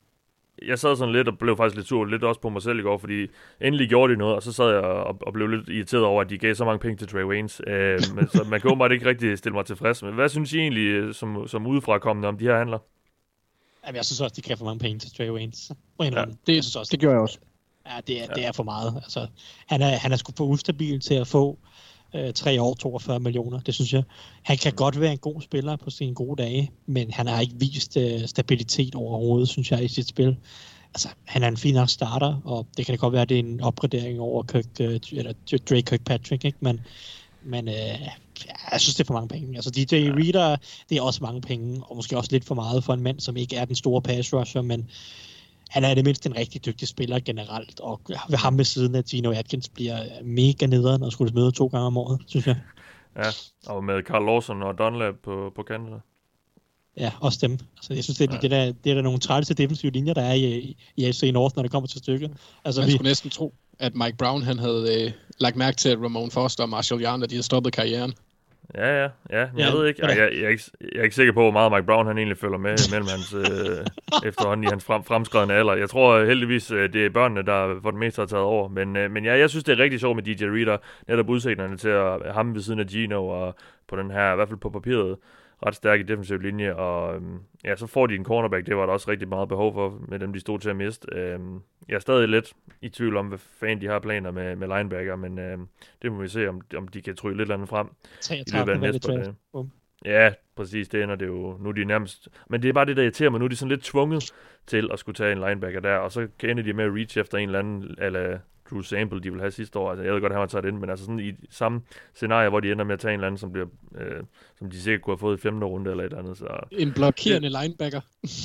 jeg sad sådan lidt og blev faktisk lidt sur, lidt også på mig selv i går, fordi endelig gjorde de noget, og så sad jeg og, og blev lidt irriteret over, at de gav så mange penge til Trey Waynes. Øh, men, så man kan åbenbart ikke rigtig stille mig tilfreds. Men hvad synes I egentlig, som, som udefrakommende, om de her handler? Jamen, jeg synes også, de kan for mange penge til Trey Waynes. Ja, det, jeg synes også, det gjorde jeg også. Ja, det er, ja. det er for meget. Altså, han, er, han er sgu for ustabil til at få øh, tre år, toogfyrre millioner, det synes jeg. Han kan godt være en god spiller på sine gode dage, men han har ikke vist øh, stabilitet overhovedet, synes jeg, i sit spil. Altså, han er en fin nok starter, og det kan da godt være, at det er en opgradering over Kirk, øh, eller Drake Kirkpatrick, ikke? Men, men øh, jeg synes, det er for mange penge. Altså, D J ja. Reader, det er også mange penge, og måske også lidt for meget for en mand, som ikke er den store pass rusher, men han er i det mindste en rigtig dygtig spiller generelt, og ved ham ved siden af Geno Atkins bliver mega nederen og skulle møde to gange om året, synes jeg. Ja, og med Carl Lawson og Dunlap på, på kanten. Ja, også dem. Altså, jeg synes, det er, ja. det, der, det er der nogle trælse defensive linjer, der er i, i A F C North, når det kommer til stykket. Altså, Man vi... skulle næsten tro, at Mike Brown han havde øh, lagt mærke til, at Ramon Foster og Marshall Yarn, de havde stoppet karrieren. Ja, ja, ja. Men jeg ja, ved ikke. Jeg, jeg, jeg, er ikke, jeg er ikke sikker på, hvor meget Mike Brown han egentlig følger med mellem hans øh, efterhånden i hans frem, fremskredende alder. Jeg tror heldigvis, det er børnene, der for det meste har taget over. Men, øh, men ja, jeg synes, det er rigtig sjovt med D J Reader. Netop udsigterne til at ham ved siden af Geno og på den her, i hvert fald på papiret, ret stærke defensive linje, og øhm, ja, så får de en cornerback, det var der også rigtig meget behov for, med dem, de stod til at miste. Øhm, jeg er stadig lidt i tvivl om, hvad fanden de har planer med, med linebacker, men øhm, det må vi se, om, om de kan trylle lidt eller andet frem i løbet af næste par dage. Ja, præcis, det ender det jo. Nu er de nærmest... Men det er bare det, der irriterer mig. Nu er de sådan lidt tvunget til at skulle tage en linebacker der, og så kan ende de med at reach efter en eller anden, eller Drew Sample, de vil have sidste år. Altså, jeg ved godt, at han har taget ind, men altså sådan i samme scenarie, hvor de ender med at tage en eller anden, som, bliver, øh, som de sikkert kunne have fået i femte runde eller et eller andet. Så... En blokerende ja. linebacker.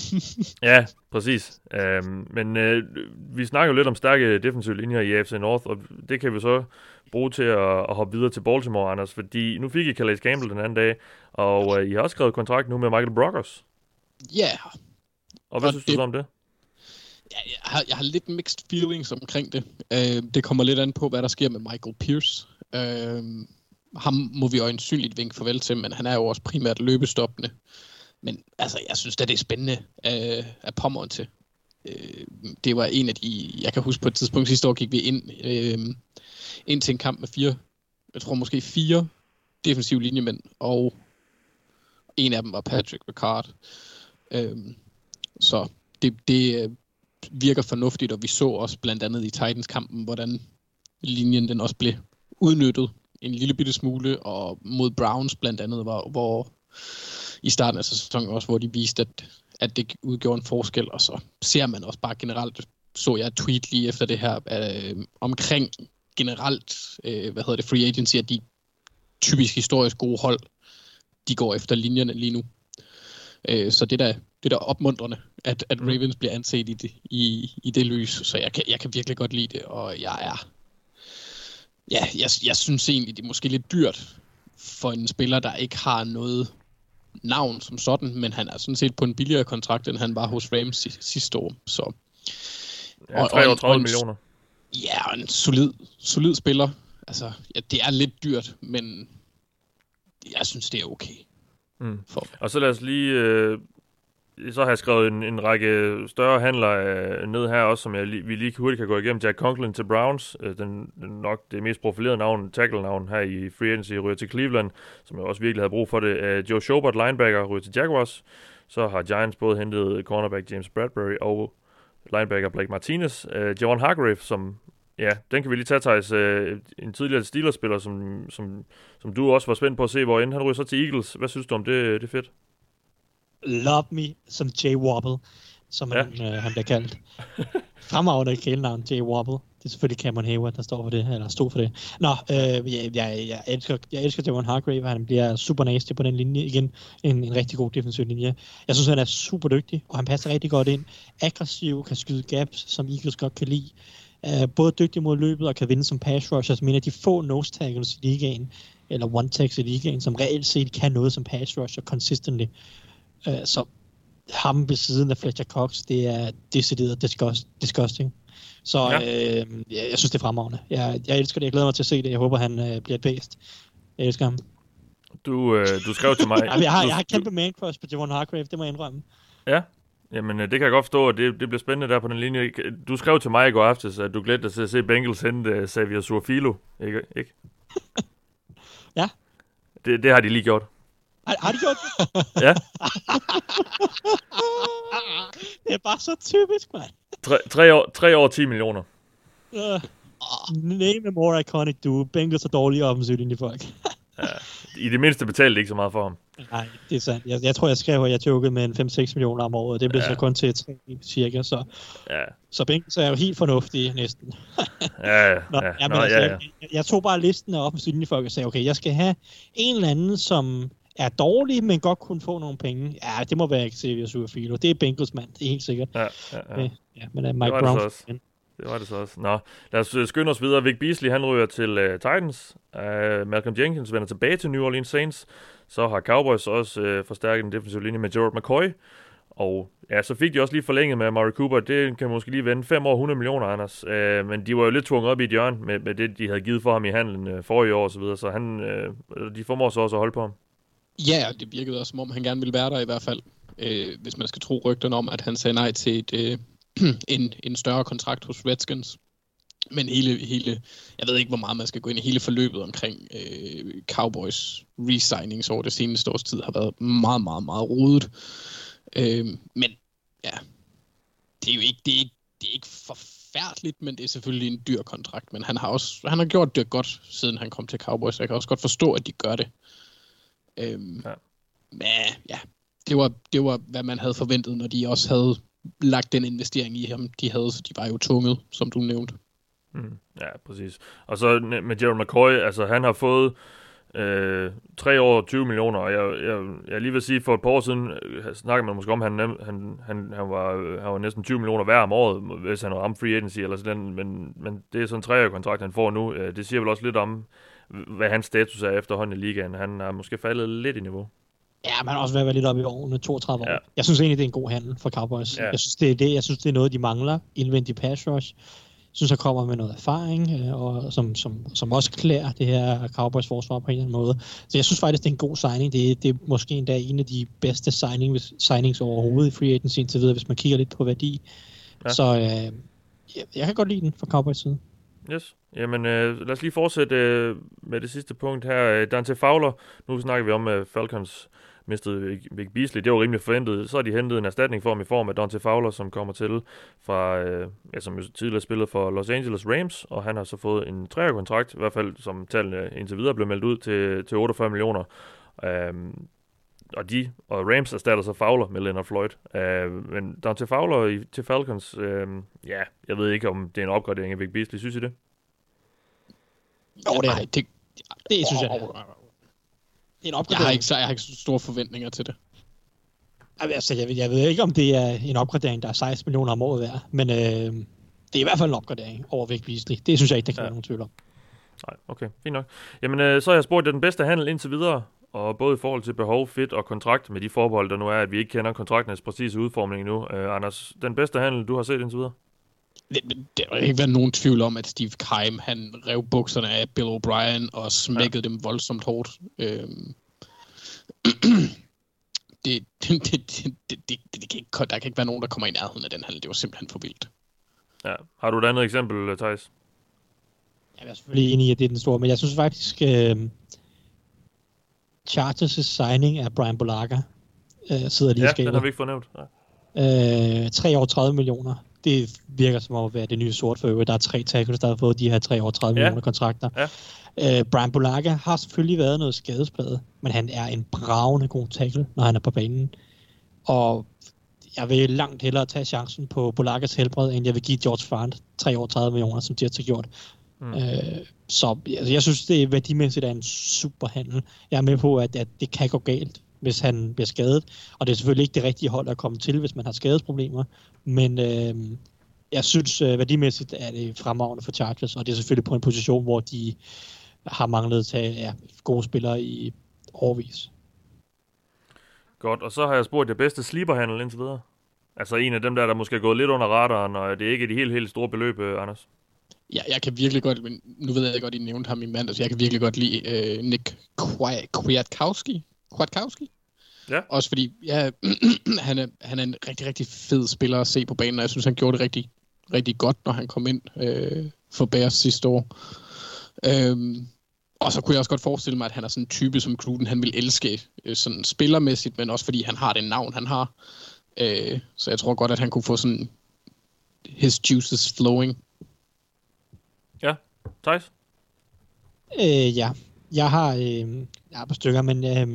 Ja, præcis. Um, men øh, vi snakker jo lidt om stærke defensive linjer i A F C North, og det kan vi så bruge til at, at hoppe videre til Baltimore, Anders, fordi nu fik I Calais Campbell den anden dag, og øh, I har også skrevet kontrakt nu med Michael Brockers. Ja. Yeah. Og hvad og synes det... du så om det? Ja, jeg, har, jeg har lidt mixed feelings omkring det. Uh, det kommer lidt an på, hvad der sker med Michael Pierce. Uh, ham må vi øjensynligt vinke farvel til, men han er jo også primært løbestoppende. Men altså, jeg synes da, det er spændende uh, at pommeren til. Uh, det var en af de, jeg kan huske på et tidspunkt sidste år, gik vi ind, uh, ind til en kamp med fire, jeg tror måske fire defensive linjemænd, og en af dem var Patrick Ricard. Uh, så det, det virker fornuftigt, og vi så også blandt andet i Titans-kampen, hvordan linjen den også blev udnyttet en lille bitte smule, og mod Browns blandt andet, hvor, hvor i starten af sæsonen også, hvor de viste, at, at det udgjorde en forskel, og så ser man også bare generelt, så jeg et tweet lige efter det her, øh, omkring generelt, øh, hvad hedder det, free agency, at de typisk historisk gode hold, de går efter linjerne lige nu. Øh, så det der det der opmuntrende, at, at Ravens bliver anset i det, i, i det lys, så jeg kan, jeg kan virkelig godt lide det, og jeg er, ja, jeg, jeg synes egentlig, det er måske lidt dyrt for en spiller, der ikke har noget navn som sådan, men han er sådan set på en billigere kontrakt, end han var hos Rams sidste år, så... Ja, treogtredive millioner. Ja, og en solid, solid spiller, altså, ja, det er lidt dyrt, men jeg synes, det er okay. Mm. Og så lad os lige... Øh... Så har jeg skrevet en, en række større handler øh, ned her også, som jeg li- vi lige hurtigt kan gå igennem. Jack Conklin til Browns, øh, den, den nok det mest profilerede navn, tackle-navn her i free agency, ryger til Cleveland, som jeg også virkelig havde brug for det. Øh, Joe Schobert, linebacker, ryger til Jaguars. Så har Giants både hentet cornerback James Bradbury og linebacker Blake Martinez. Øh, Javon Hargrave, som, ja, den kan vi lige tage, Thijs, øh, en tidligere Steelers-spiller, som, som, som du også var spændt på at se, hvor inden han ryger så til Eagles. Hvad synes du om det? Det er fedt. Love me som Jay Wobble, som ja. han, øh, han bliver kaldt. Fremragende kælenavn, Jay Wobble. Det er selvfølgelig Cameron Hayward, der står for det, eller stod for det. Nå, øh, jeg, jeg, jeg, elsker, jeg elsker Javon Hargrave, han bliver super nasty på den linje igen. En, en rigtig god defensiv linje. Jeg synes, han er super dygtig, og han passer rigtig godt ind. Aggressiv, kan skyde gaps, som Eagles godt kan lide. Uh, både dygtig mod løbet og kan vinde som pass rusher, som en af de få nose tackles i ligaen, eller one tackles i ligaen, som reelt set kan noget som pass rusher consistently. Uh, så ham ved siden af Fletcher Cox, det er decideret disgust, disgusting. Så ja. øh, jeg, jeg synes, det er fremragende. Jeg, jeg elsker det, jeg glæder mig til at se det. Jeg håber, han øh, bliver et bedst. Jeg elsker ham. Du, øh, du skrev til mig... Jamen, jeg har, jeg har kæmpe man-crush på Javon Hargrave, det må jeg indrømme. Ja, jamen det kan jeg godt forstå, og det, det bliver spændende der på den linje. Du skrev til mig i går aftes, at du glædte dig til at se Bengals hente uh, Xavier Su'a-Filo, ikke? ikke? Ja. Det, det har de lige gjort. Har, har de gjort det? Ja. Det er bare så typisk, mand. Tre, tre, år, tre år, ti millioner. Uh, name a more iconic dude. Bengals er dårlige offensivt ind i folk. Ja, i det mindste betalte de ikke så meget for ham. Nej, det er sandt. Jeg, jeg tror, jeg skrev, at jeg tjokede med en fem seks millioner om året. Det blev ja. så kun til tre cirka, så... Ja. Så Bengals er jo helt fornuftige, næsten. ja, ja. Nå, ja. Jamen, Nå, altså, ja, ja. Jeg, jeg tog bare listen af offensivt ind i folk og sagde, okay, jeg skal have en eller anden, som er dårlig, men godt kunne få nogle penge. Ja, det må være Xavier Su'a-Filo. Det er Bengals mand, det er helt sikkert. Ja, ja, ja. ja, ja men uh, Mike Brown... Det var det så også. Nå, lad os skynde os videre. Vic Beasley, han ryger til uh, Titans. Uh, Malcolm Jenkins vender tilbage til New Orleans Saints. Så har Cowboys også uh, forstærket den defensive linje med Gerald McCoy. Og ja, så fik de også lige forlænget med Amari Cooper. Det kan måske lige vende fem år, hundrede millioner, Anders. Uh, men de var jo lidt tvunget op i et hjørne med, med det, de havde givet for ham i handlen uh, forrige år og så videre. Så han, uh, de formår så også at holde på ham. Ja, det virkede også, som om han gerne ville være der i hvert fald. Uh, hvis man skal tro rygterne om, at han sagde nej til et... Uh En, en større kontrakt hos Redskins. Men hele, hele, jeg ved ikke, hvor meget man skal gå ind i, hele forløbet omkring øh, Cowboys re-signings over det seneste års tid har været meget, meget, meget rodet. Øh, men ja, det er jo ikke, det er ikke, det er ikke forfærdeligt, men det er selvfølgelig en dyr kontrakt. Men han har også, han har gjort det godt, siden han kom til Cowboys. Jeg kan også godt forstå, at de gør det. Øh, ja. Men ja, det var, det var, hvad man havde forventet, når de også havde lagt den investering i ham, de havde, så de var jo tunget, som du nævnte. Mm, ja, præcis. Og så med Gerald McCoy, altså han har fået øh, tre år tyve millioner, og jeg, jeg, jeg lige vil sige, for et par år siden snakkede man måske om, han, han, han, han, var, han var næsten tyve millioner hver om året, hvis han ramte free agency eller sådan, men, men det er sådan en treårig-kontrakt, han får nu. Det siger vel også lidt om, hvad hans status er efterhånden i ligaen. Han er måske faldet lidt i niveau. Ja, man har også været lidt oppe i årene, toogtredive år. Ja. Jeg synes egentlig, det er en god handel for Cowboys. Ja. Jeg synes, det er det. Jeg synes, det er noget, de mangler. Indvendig pass rush. Jeg synes, der kommer med noget erfaring, og som, som, som også klæder det her Cowboys forsvar på en eller anden måde. Så jeg synes faktisk, det er en god signing. Det er, det er måske endda en af de bedste signing, signings overhovedet i free agency indtil videre, hvis man kigger lidt på værdi. Ja. Så øh, jeg, jeg kan godt lide den fra Cowboys side. Yes. Jamen, øh, lad os lige fortsætte øh, med det sidste punkt her. Dante Fowler. Nu snakker vi om øh, Falcons mistede Vic Beasley. Det var rimelig forventet. Så har de hentet en erstatning for ham i form af Dante Fowler, som kommer til fra, øh, ja, som tidligere spillede for Los Angeles Rams, og han har så fået en treårig kontrakt, i hvert fald som tallene indtil videre blev meldt ud til, til otteogfyrre millioner. Um, og de og Rams erstatter så Fowler med Leonard Floyd. Uh, men Dante Fowler i, til Falcons, uh, ja, jeg ved ikke, om det er en opgradering af Vic Beasley. Synes I det? Jo, det er det. Det, det synes jeg, det er. Jeg har, ikke, så, jeg har ikke så store forventninger til det. Altså, jeg, jeg ved ikke, om det er en opgradering, der er seksten millioner om året værd, men øh, det er i hvert fald en opgradering over Vic Beasley. Det synes jeg ikke, der kan ja. være nogen tvivl om. Nej, okay, fint nok. Jamen, øh, så har jeg spurgt, det er den bedste handel indtil videre, og både i forhold til behov, fit og kontrakt med de forbehold, der nu er, at vi ikke kender kontraktens præcise udformning nu. Øh, Anders, den bedste handel, du har set indtil videre? Det, det har ikke været nogen tvivl om, at Steve Keim, han rev bukserne af Bill O'Brien og smækkede ja. dem voldsomt hårdt. Øhm, det, det, det, det, det, det, det kan ikke, der kan ikke være nogen, der kommer i nærheden af den handel. Det var simpelthen for vildt. Ja. Har du et andet eksempel, Theis? Jeg er selvfølgelig enig i, at det er den store, men jeg synes faktisk, øh, Chargers' signing af Brian Bulaga øh, sidder lige ja, i skabet. Ja, den har vi ikke fornævnt. Ja. Øh, tre år tredive millioner. Det virker som om at være det nye sort for øvrigt. Der er tre tackles, der har fået de her tre år tredive ja. millioner kontrakter. Ja. Øh, Brian Bulaga har selvfølgelig været noget skadesplade, men han er en bravende god tackle, når han er på banen. Og jeg vil langt hellere tage chancen på Bulagas helbred, end jeg vil give George Fant tre år tredive millioner, som de har til gjort. Mm. Øh, så altså, jeg synes, det er værdimæssigt er en super handel. Jeg er med på, at, at det kan gå galt, hvis han bliver skadet. Og det er selvfølgelig ikke det rigtige hold at komme til, hvis man har skadesproblemer. Men øh, jeg synes, øh, værdimæssigt er det fremragende for Chargers, og det er selvfølgelig på en position, hvor de har manglet til ja, gode spillere i årevis. Godt, og så har jeg spurgt det bedste sleeperhandel indtil videre. Altså en af dem der, der måske er gået lidt under radaren, og det er ikke de helt, helt store beløb, Anders. Ja, jeg kan virkelig godt, men nu ved jeg godt, I nævnte ham i mandag, så jeg kan virkelig godt lide øh, Nick Kwiatkowski. Kwiatkowski? Ja. Også fordi, ja, han, er, han er en rigtig, rigtig fed spiller at se på banen, og jeg synes, han gjorde det rigtig, rigtig godt, når han kom ind øh, for Bears sidste år. Øhm, og så kunne jeg også godt forestille mig, at han er sådan en type, som Gruden han vil elske, øh, sådan spillermæssigt, men også fordi han har det navn, han har. Øh, så jeg tror godt, at han kunne få sådan his juices flowing. Ja, Thijs? Øh, ja, jeg har, øh, jeg har et par stykker, men øh,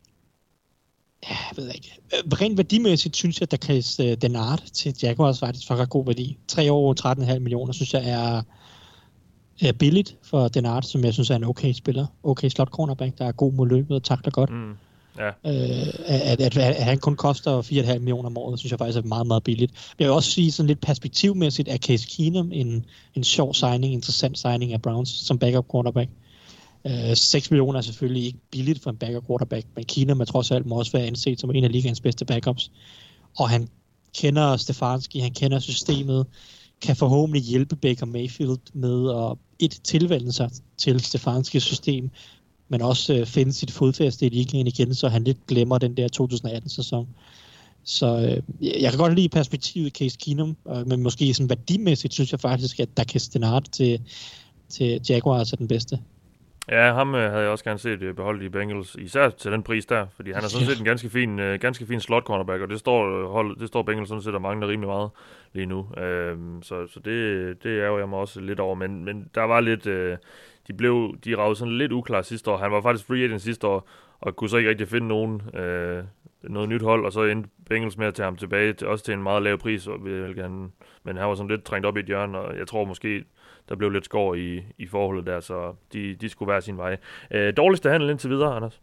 jeg ved ikke. Rent værdimæssigt synes jeg, at der kan uh, Denard til Jaguars faktisk for ret god værdi. tre år tretten komma fem millioner, synes jeg er, er billigt for Denard, som jeg synes er en okay spiller. Okay slot cornerback, der er god mod løbet og takler godt. Mm. Ja. Øh, at, at, at han kun koster fire komma fem millioner om året, synes jeg faktisk er meget, meget billigt. Jeg vil også sige sådan lidt perspektivmæssigt, at Case Keenum en, en sjov signing, interessant signing af Browns som backup quarterback. Øh, seks millioner er selvfølgelig ikke billigt for en backup quarterback, men Keenum er trods alt må også være anset som en af ligaens bedste backups. Og han kender Stefanski, han kender systemet, kan forhåbentlig hjælpe Baker Mayfield med at et tilvælge sig til Stefanskis system, men også øh, finde sit fodfæste i ligaen igen, så han lidt glemmer den der to tusind atten-sæson. Så øh, jeg kan godt lide perspektivet Case Keenum, øh, men måske sådan værdimæssigt synes jeg faktisk, at der kan Denard til, til Jaguars er den bedste. Ja, ham øh, havde jeg også gerne set øh, beholdt i Bengals, især til den pris der, fordi han er sådan set en ganske fin, øh, ganske fin slot cornerback, og det står, hold, det står Bengals sådan set og mangler rimelig meget lige nu. Øh, så så det, det ærger jeg mig også lidt over, men, men der var lidt... Øh, De blev, de ravede sådan lidt uklar sidste år. Han var faktisk free agent sidste år, og kunne så ikke rigtig finde nogen, øh, noget nyt hold, og så endte Bengals med at tage ham tilbage, til, også til en meget lav pris, og, han, men han var sådan lidt trængt op i et hjørne, og jeg tror måske, der blev lidt skår i, i forholdet der, så de, de skulle være sin vej. Øh, dårligste handel indtil videre, Anders?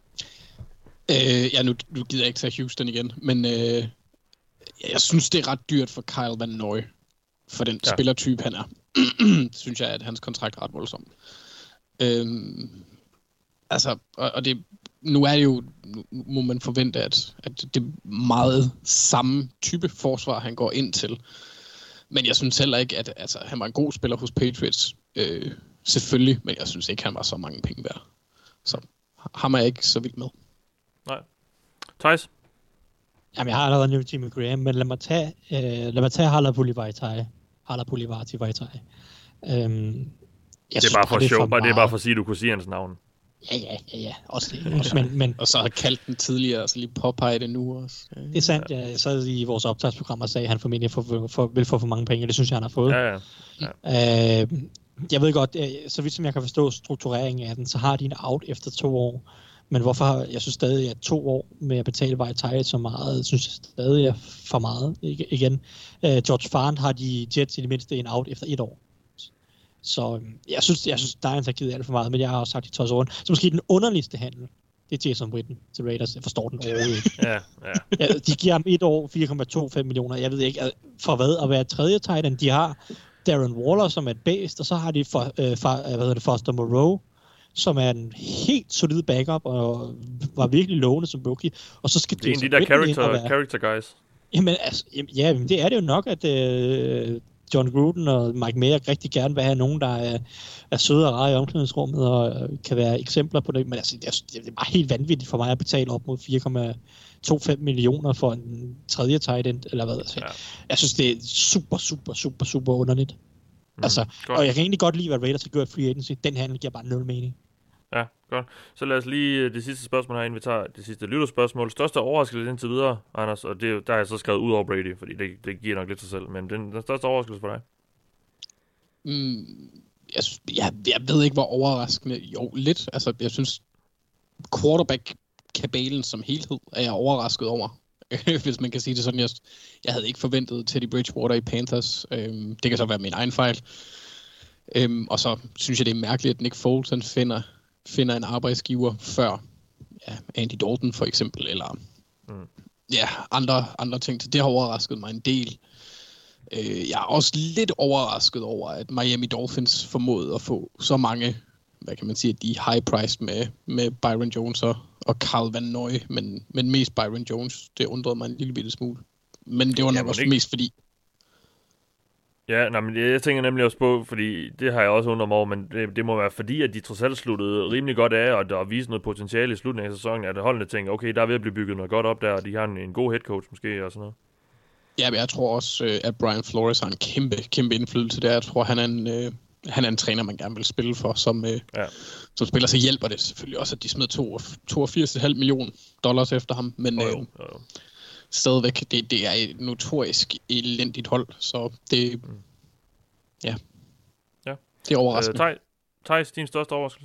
Øh, ja, nu, nu gider jeg ikke tage Houston igen, men øh, jeg synes, det er ret dyrt for Kyle Van Noy, for den ja. spillertype, han er. Synes jeg, at hans kontrakt er ret voldsom. Øhm, altså, og, og det, nu er det jo, nu må man forvente, at, at det er meget samme type forsvar, han går ind til. Men jeg synes heller ikke, at altså, han var en god spiller hos Patriots. Øh, selvfølgelig, men jeg synes ikke, han var så mange penge værd. Så ham er jeg ikke så vild med. Nej. Thijs? Jamen, jeg har allerede nævnt Jimmy Graham, men lad mig tage, øh, lad mig tage Halapoulivaati Vaitai. Halapoulivaati Vaitai. Øhm, det er bare for sjov, det er bare for at sige, at du kunne sige hans navn. Ja, ja, ja, ja. Også det. Også, men, men, og så har kaldt den tidligere, og så lige påpeget det nu også. Det er sandt, ja. Jeg sad i vores optagsprogram og sagde, at han formentlig for, for, vil få for mange penge, og det synes jeg, han har fået. Ja, ja. Ja. Øh, jeg ved godt, så vidt som jeg kan forstå struktureringen af den, så har de en out efter to år. Men hvorfor, jeg synes stadig, at to år med at betale Vaitai så meget, synes jeg stadig er for meget igen. Uh, George Fant har de Jets i det mindste en out efter et år. Så jeg synes, jeg synes Lions har givet alt for meget, men jeg har også sagt, at de tosser rundt. Så måske den underligste handel, det er Jason Witten til Raiders. Jeg forstår den overhovedet ikke. Ja, ja. Ja, de giver ham et år, fire komma tooghalvfems millioner. Jeg ved ikke, for hvad at være tredje tight end. De har Darren Waller, som er et bæst, og så har de for, øh, for, hvad hedder det, Foster Moreau, som er en helt solid backup, og var virkelig lovende som rookie. Og så skal det er en af de der character, være... character guys. Jamen, altså, ja, det er det jo nok, at øh, John Gruden og Mike Mayer rigtig gerne vil have nogen, der er, er søde og rare i omklædningsrummet, og kan være eksempler på det. Men altså, det er, det er bare helt vanvittigt for mig at betale op mod fire komma tooghalvfems millioner for en tredje tight end, eller hvad. Altså, ja. Jeg synes, det er super, super, super, super underligt. Mm, altså, og jeg kan egentlig godt lide, hvad Raiders har gjort free agency. Den handel giver bare nul mening. Ja, godt. Så lad os lige det sidste spørgsmål her, inden vi tager det sidste lytterspørgsmål. Største overraskelse indtil videre, Anders, og det, der har jeg så skrevet ud over Brady, fordi det, det giver nok lidt sig selv, men den, den største overraskelse for dig? Mm, jeg, jeg, jeg ved ikke, hvor overraskende. Jo, lidt. Altså, jeg synes, quarterback-kabalen som helhed er jeg overrasket over. hvis man kan sige det sådan. Jeg, jeg havde ikke forventet Teddy Bridgewater i Panthers. Øhm, det kan så være min egen fejl. Øhm, og så synes jeg, det er mærkeligt, at Nick Foles han finder, finder en arbejdsgiver før ja, Andy Dalton for eksempel, eller mm. ja, andre, andre ting. Så det har overrasket mig en del. Øh, jeg er også lidt overrasket over, at Miami Dolphins formåede at få så mange, hvad kan man sige, de er high-priced med, med Byron Jones og, og Carl Van Noy, men, men mest Byron Jones. Det undrede mig en lille bitte smule. Men det var nok ja, også ikke mest fordi... Ja, nej, men jeg tænker nemlig også på, fordi det har jeg også undret mig over, men det, det må være fordi, at de trods alt sluttede rimelig godt af, og der viste noget potentiale i slutningen af sæsonen, at holdene tænker, okay, der er ved at blive bygget noget godt op der, og de har en, en god head coach måske, og sådan noget. Ja, men jeg tror også, at Brian Flores har en kæmpe, kæmpe indflydelse der. Jeg tror, han er en, øh, han er en træner, man gerne vil spille for, som, øh, ja. som spiller, så hjælper det selvfølgelig også, at de smed toogfirs komma fem millioner dollars efter ham, men oh, jo. Øh, oh, jo. stadigvæk, det, det er et notorisk elendigt hold, så det, mm. ja, ja. det er overraskende. Øh, Thijs, din største overraskelse?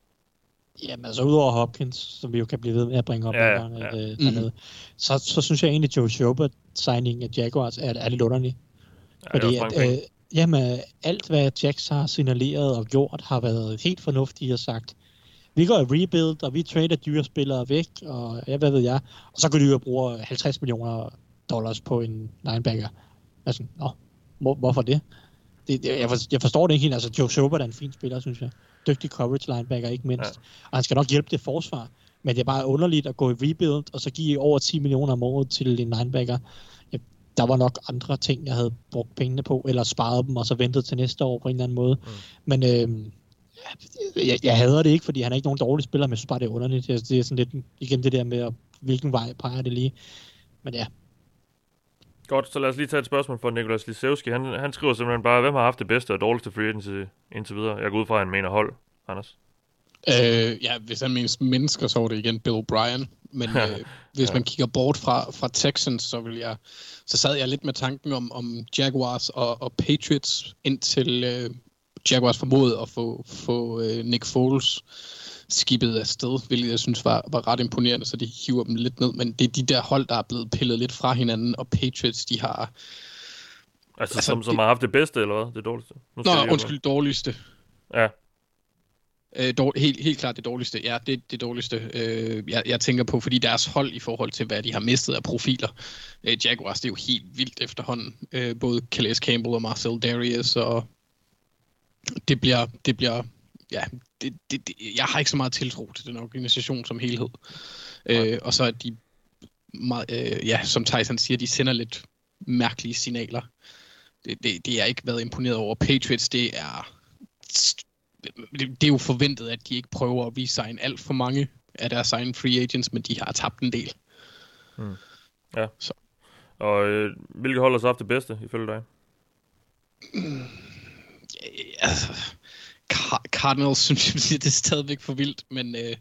Jamen altså udover Hopkins, som vi jo kan blive ved med at bringe op ja, gang, ja. øh, mm-hmm. så, så synes jeg egentlig, at Joe Schobert signing af Jaguars er, er lidt underlig. Ja, fordi at, øh, jamen, alt hvad Jags har signaleret og gjort, har været helt fornuftigt og sagt, vi går i rebuild, og vi trader dyre spillere væk, og ja, hvad ved jeg. Og så kan de jo bruge halvtreds millioner dollars på en linebacker. Altså, nå, hvor, hvorfor det? det, det jeg, for, jeg forstår det ikke helt. Altså, Joe Schobert er en fin spiller, synes jeg. Dygtig coverage linebacker, ikke mindst. Ja. Og han skal nok hjælpe det forsvar. Men det er bare underligt at gå i rebuild, og så give over ti millioner om året til en linebacker. Ja, der var nok andre ting, jeg havde brugt pengene på, eller sparet dem, og så ventet til næste år på en eller anden måde. Mm. Men øh, jeg, jeg hader det ikke, fordi han er ikke nogen dårlig spiller, men jeg synes bare, det er underligt. Det er, det er sådan lidt igen det der med, hvilken vej peger det lige. Men ja. Godt, så lad os lige tage et spørgsmål fra Nicolas Lisewski. Han, han skriver simpelthen bare, hvem har haft det bedste og dårligste free agency indtil videre? Jeg går ud fra, at han mener hold, Anders. Øh, ja, hvis han mener mennesker, så var det igen Bill O'Brien. Men øh, hvis ja. man kigger bort fra, fra Texans, så vil jeg, så sad jeg lidt med tanken om, om Jaguars og, og Patriots, indtil øh, Jaguars formåede at få, få øh, Nick Foles skibet afsted, hvilket jeg synes var, var ret imponerende, så de hiver dem lidt ned. Men det er de der hold, der er blevet pillet lidt fra hinanden, og Patriots, de har... Altså, altså som, som det, har haft det bedste, eller hvad? Det dårligste? Nu nå, undskyld, dårligste. Ja. Øh, dår, helt, helt klart det dårligste. Ja, det er det dårligste, øh, jeg, jeg tænker på, fordi deres hold i forhold til, hvad de har mistet af profiler. Øh, Jaguars, det er jo helt vildt efterhånden. Øh, både Calais Campbell og Marcel Darius, og det bliver... Det bliver ja, det, det, det, jeg har ikke så meget tiltro til den organisation som helhed. Øh, og så er de meget, øh, ja, som Tyson siger, de sender lidt mærkelige signaler. Det, det, det er jeg ikke været imponeret over. Patriots, det er det, det er jo forventet, at de ikke prøver at resign alt for mange af deres sign free agents, men de har tabt en del. Hmm. Ja. Så. Og øh, hvilke hold har så haft det bedste, ifølge dig? Mm, altså... Cardinals, synes jeg, det er stadigvæk for vildt, men øh,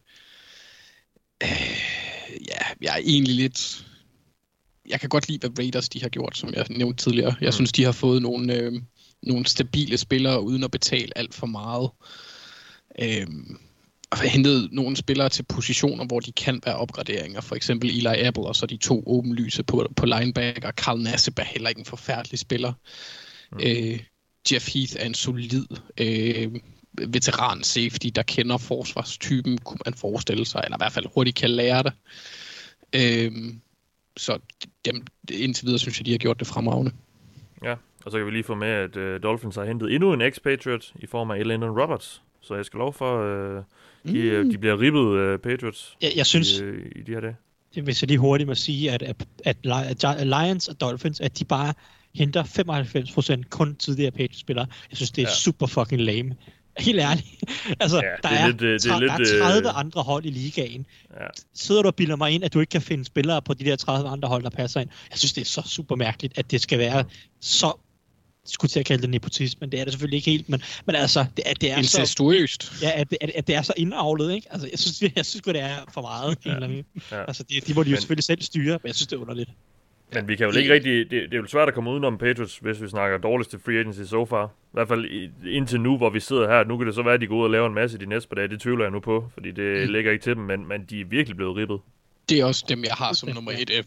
øh, ja, jeg er egentlig lidt... Jeg kan godt lide, hvad Raiders de har gjort, som jeg nævnte tidligere. Jeg synes, de har fået nogle, øh, nogle stabile spillere, uden at betale alt for meget. Øh, og hentet nogle spillere til positioner, hvor de kan være opgraderinger. For eksempel Eli Apple, og så de to åbenlyse på, på linebacker. Carl Nassib er heller ikke en forfærdelig spiller. Mm. Øh, Jeff Heath er en solid øh, veteran safety, der kender forsvarstypen, kunne man forestille sig, eller i hvert fald hurtigt kan lære det. Øh, så dem, indtil videre synes jeg, de har gjort det fremragende. Ja, og så kan vi lige få med, at uh, Dolphins har hentet endnu en ex-Patriot i form af Elandon Roberts. Så jeg skal lov for, uh, de, mm. de bliver ribbet uh, Patriots jeg, jeg synes, i, uh, i de her dage. Hvis jeg lige hurtigt må sige, at, at, at, at Lions og Dolphins, at de bare henter femoghalvfems procent kun tidligere Patriots-spillere. Jeg synes, det er ja. super fucking lame. Helt ærligt. Altså, ja, der, er, er, lidt, det er tra- lidt, der er tredive øh... andre hold i ligaen. Ja. Sidder du og bilder mig ind, at du ikke kan finde spillere på de der tredive andre hold, der passer ind? Jeg synes, det er så super mærkeligt, at det skal være så... Jeg skulle til at kalde det nepotisme, men det er det selvfølgelig ikke helt. Men, men altså, det er, det er incestuøst. Så... Ja, at det, at, at det er så indavlet, ikke? Altså, jeg synes, jeg synes det er for meget. ja. Ja. Altså, de, de må de jo men... selvfølgelig selv styre, men jeg synes, det er underligt. Men vi kan jo ikke rigtig... Det, det er jo svært at komme udenom Patriots, hvis vi snakker dårligste free agency so far. I hvert fald indtil nu, hvor vi sidder her. Nu kan det så være, at de går ud og laver en masse de næste par dage. Det tvivler jeg nu på, fordi det mm. ligger ikke til dem, men, men de er virkelig blevet ribbet. Det er også dem, jeg har som nummer et efter.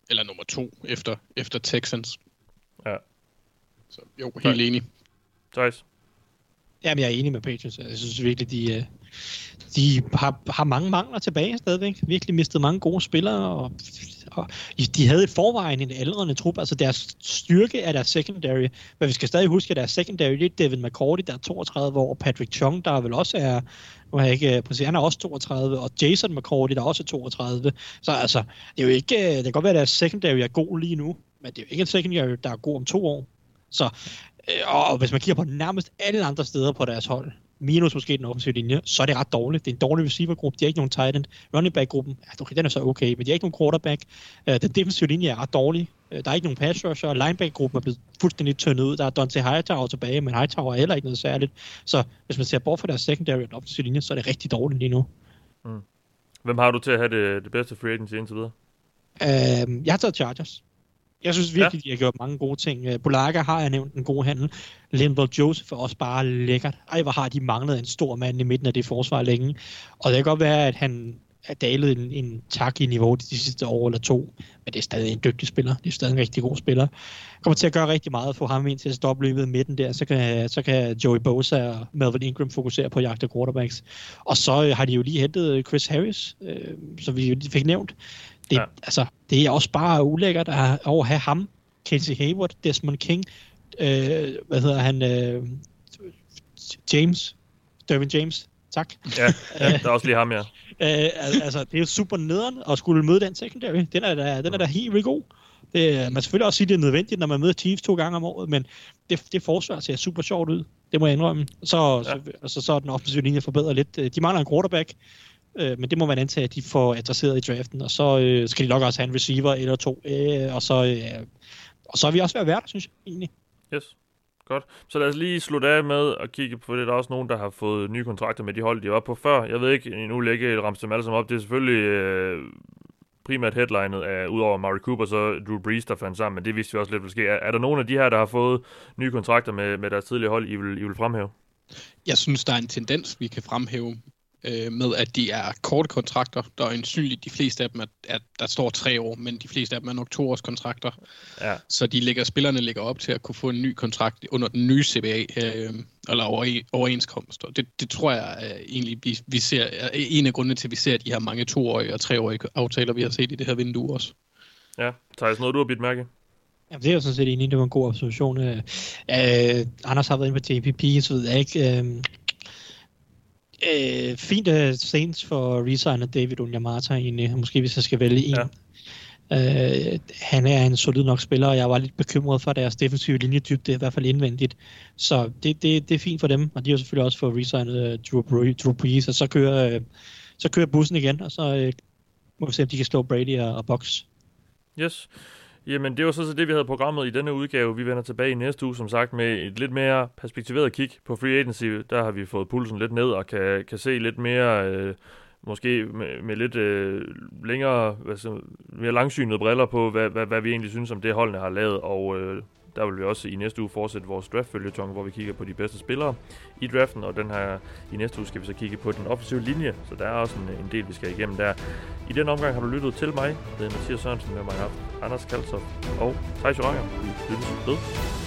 eller nummer to efter, efter Texans. Ja. Så jo, helt enig. Thijs? Jamen, jeg er enig med Patriots. Jeg synes virkelig, de, de har, har mange mangler tilbage stadigvæk. Virkelig mistet mange gode spillere, og, og de havde i forvejen en aldrende trup. Altså deres styrke er deres secondary, men vi skal stadig huske, at deres secondary, det er Devin McCourty, der er toogtredive år, Patrick Chung, der vel også er, nu har jeg ikke præcis, han er også toogtredive, og Jason McCourty, der er også toogtredive. Så altså, det er jo ikke, det kan godt være, at deres secondary er god lige nu, men det er jo ikke en secondary, der er god om to år. Så og hvis man kigger på nærmest alle andre steder på deres hold, minus måske den offensive linje, så er det ret dårligt. Det er en dårlig receivergruppe, de har ikke nogen tight end. Running back-gruppen, ja, okay, den er så okay, men de har ikke nogen quarterback. Uh, den defensive linje er ret dårlig. Uh, der er ikke nogen pass rusher, og lineback-gruppen er blevet fuldstændig tyndet ud. Der er Dante Hightower tilbage, men Hightower er heller ikke noget særligt. Så hvis man ser bort fra deres secondary og offensive linje, så er det rigtig dårligt lige nu. Mm. Hvem har du til at have det, det bedste free agency indtil videre? Uh, jeg har taget Chargers. Jeg synes virkelig, ja. de har gjort mange gode ting. Bulaga har jeg nævnt en god handel. Linval Joseph er også bare lækkert. Ej, hvor har de manglet en stor mand i midten af det forsvar længe. Og det kan godt være, at han er dalet en, en tak i niveau de sidste år eller to. Men det er stadig en dygtig spiller. Det er stadig en rigtig god spiller. Kommer til at gøre rigtig meget at få ham ind til at stoppe løbet i midten der. Så kan, så kan Joey Bosa og Melvin Ingram fokusere på at jagte quarterbacks. Og så har de jo lige hentet Chris Harris, øh, som vi fik nævnt. Det, ja. altså, det er også bare ulækkert at, at have ham, Casey Hayward, Desmond King, øh, hvad hedder han, øh, James, Derwin James, tak. Ja, ja, der er også lige ham, ja. øh, altså, det er jo super nederen at skulle møde den secondary. Den er da, den er da helt vildt god. Det, man selvfølgelig også sige, det er nødvendigt, når man møder Chiefs to gange om året, men det, det forsvar ser super sjovt ud. Det må jeg indrømme. Så, ja. så, altså, så er den offensive linje forbedret lidt. De mangler en quarterback, øh, men det må man antage, at de får adresseret i draften, og så øh, skal de nok også have en receiver eller to, øh, og, så, øh, og så er vi også ved at være der, synes jeg egentlig. Yes. Godt. Så lad os lige slutte af med at kigge på det. Der er også nogen, der har fået nye kontrakter med de hold, de var på før. Jeg ved ikke, nu lægger jeg ramse dem alle sammen op. Det er selvfølgelig øh, primært headlinet af, udover Mari Cooper, så Drew Brees, der fandt sammen, men det vidste vi også lidt, hvad sker. Er, er der nogen af de her, der har fået nye kontrakter med, med deres tidligere hold, I vil, I vil fremhæve? Jeg synes, der er en tendens, vi kan fremhæve øh, med, at de er korte kontrakter. Der er øjensynligt de fleste af dem, at, at der står tre år, men de fleste af dem er nok to års kontrakter. Ja. Så de ligger, spillerne ligger op til at kunne få en ny kontrakt under den nye C B A, øh, eller overenskomst. Og det, det tror jeg er egentlig, vi, vi ser, er en af grundene til, at vi ser de her mange toårige og treårige aftaler, vi har set i det her vindue også. Ja, Thijs, noget du har bidt mærke? Jamen, det er jo sådan set enig, det var en god observation. Øh, øh, Anders har været inde på J P P, så ved jeg ikke... Øh, øh, fint uh, Saints for resign af David Onyemata egentlig, måske hvis jeg skal vælge en. Ja. Øh, han er en solid nok spiller, og jeg var lidt bekymret for deres defensive linjedybde, i hvert fald indvendigt. Så det, det, det er fint for dem, og de har selvfølgelig også fået resignet uh, Drew, Drew Brees, og så kører, uh, så kører bussen igen, og så uh, må vi se, om de kan slå Brady og, og Bucks. Yes. Jamen, det var så det, vi havde programmet i denne udgave. Vi vender tilbage i næste uge, som sagt, med et lidt mere perspektiveret kig på free agency. Der har vi fået pulsen lidt ned og kan, kan se lidt mere, øh, måske med, med lidt øh, længere, altså, mere langsynede briller på, hvad, hvad, hvad vi egentlig synes om det, holdene har lavet. Og øh, der vil vi også i næste uge fortsætte vores draft-føljeton, hvor vi kigger på de bedste spillere i draften. Og den her, i næste uge skal vi så kigge på den offensive linje, så der er også en, en del, vi skal igennem der. I den omgang har du lyttet til mig. Det er Mathias Sørensen, med mig har haft Anders Kaltoft og Thijs Joranger. Vi lyttes ved.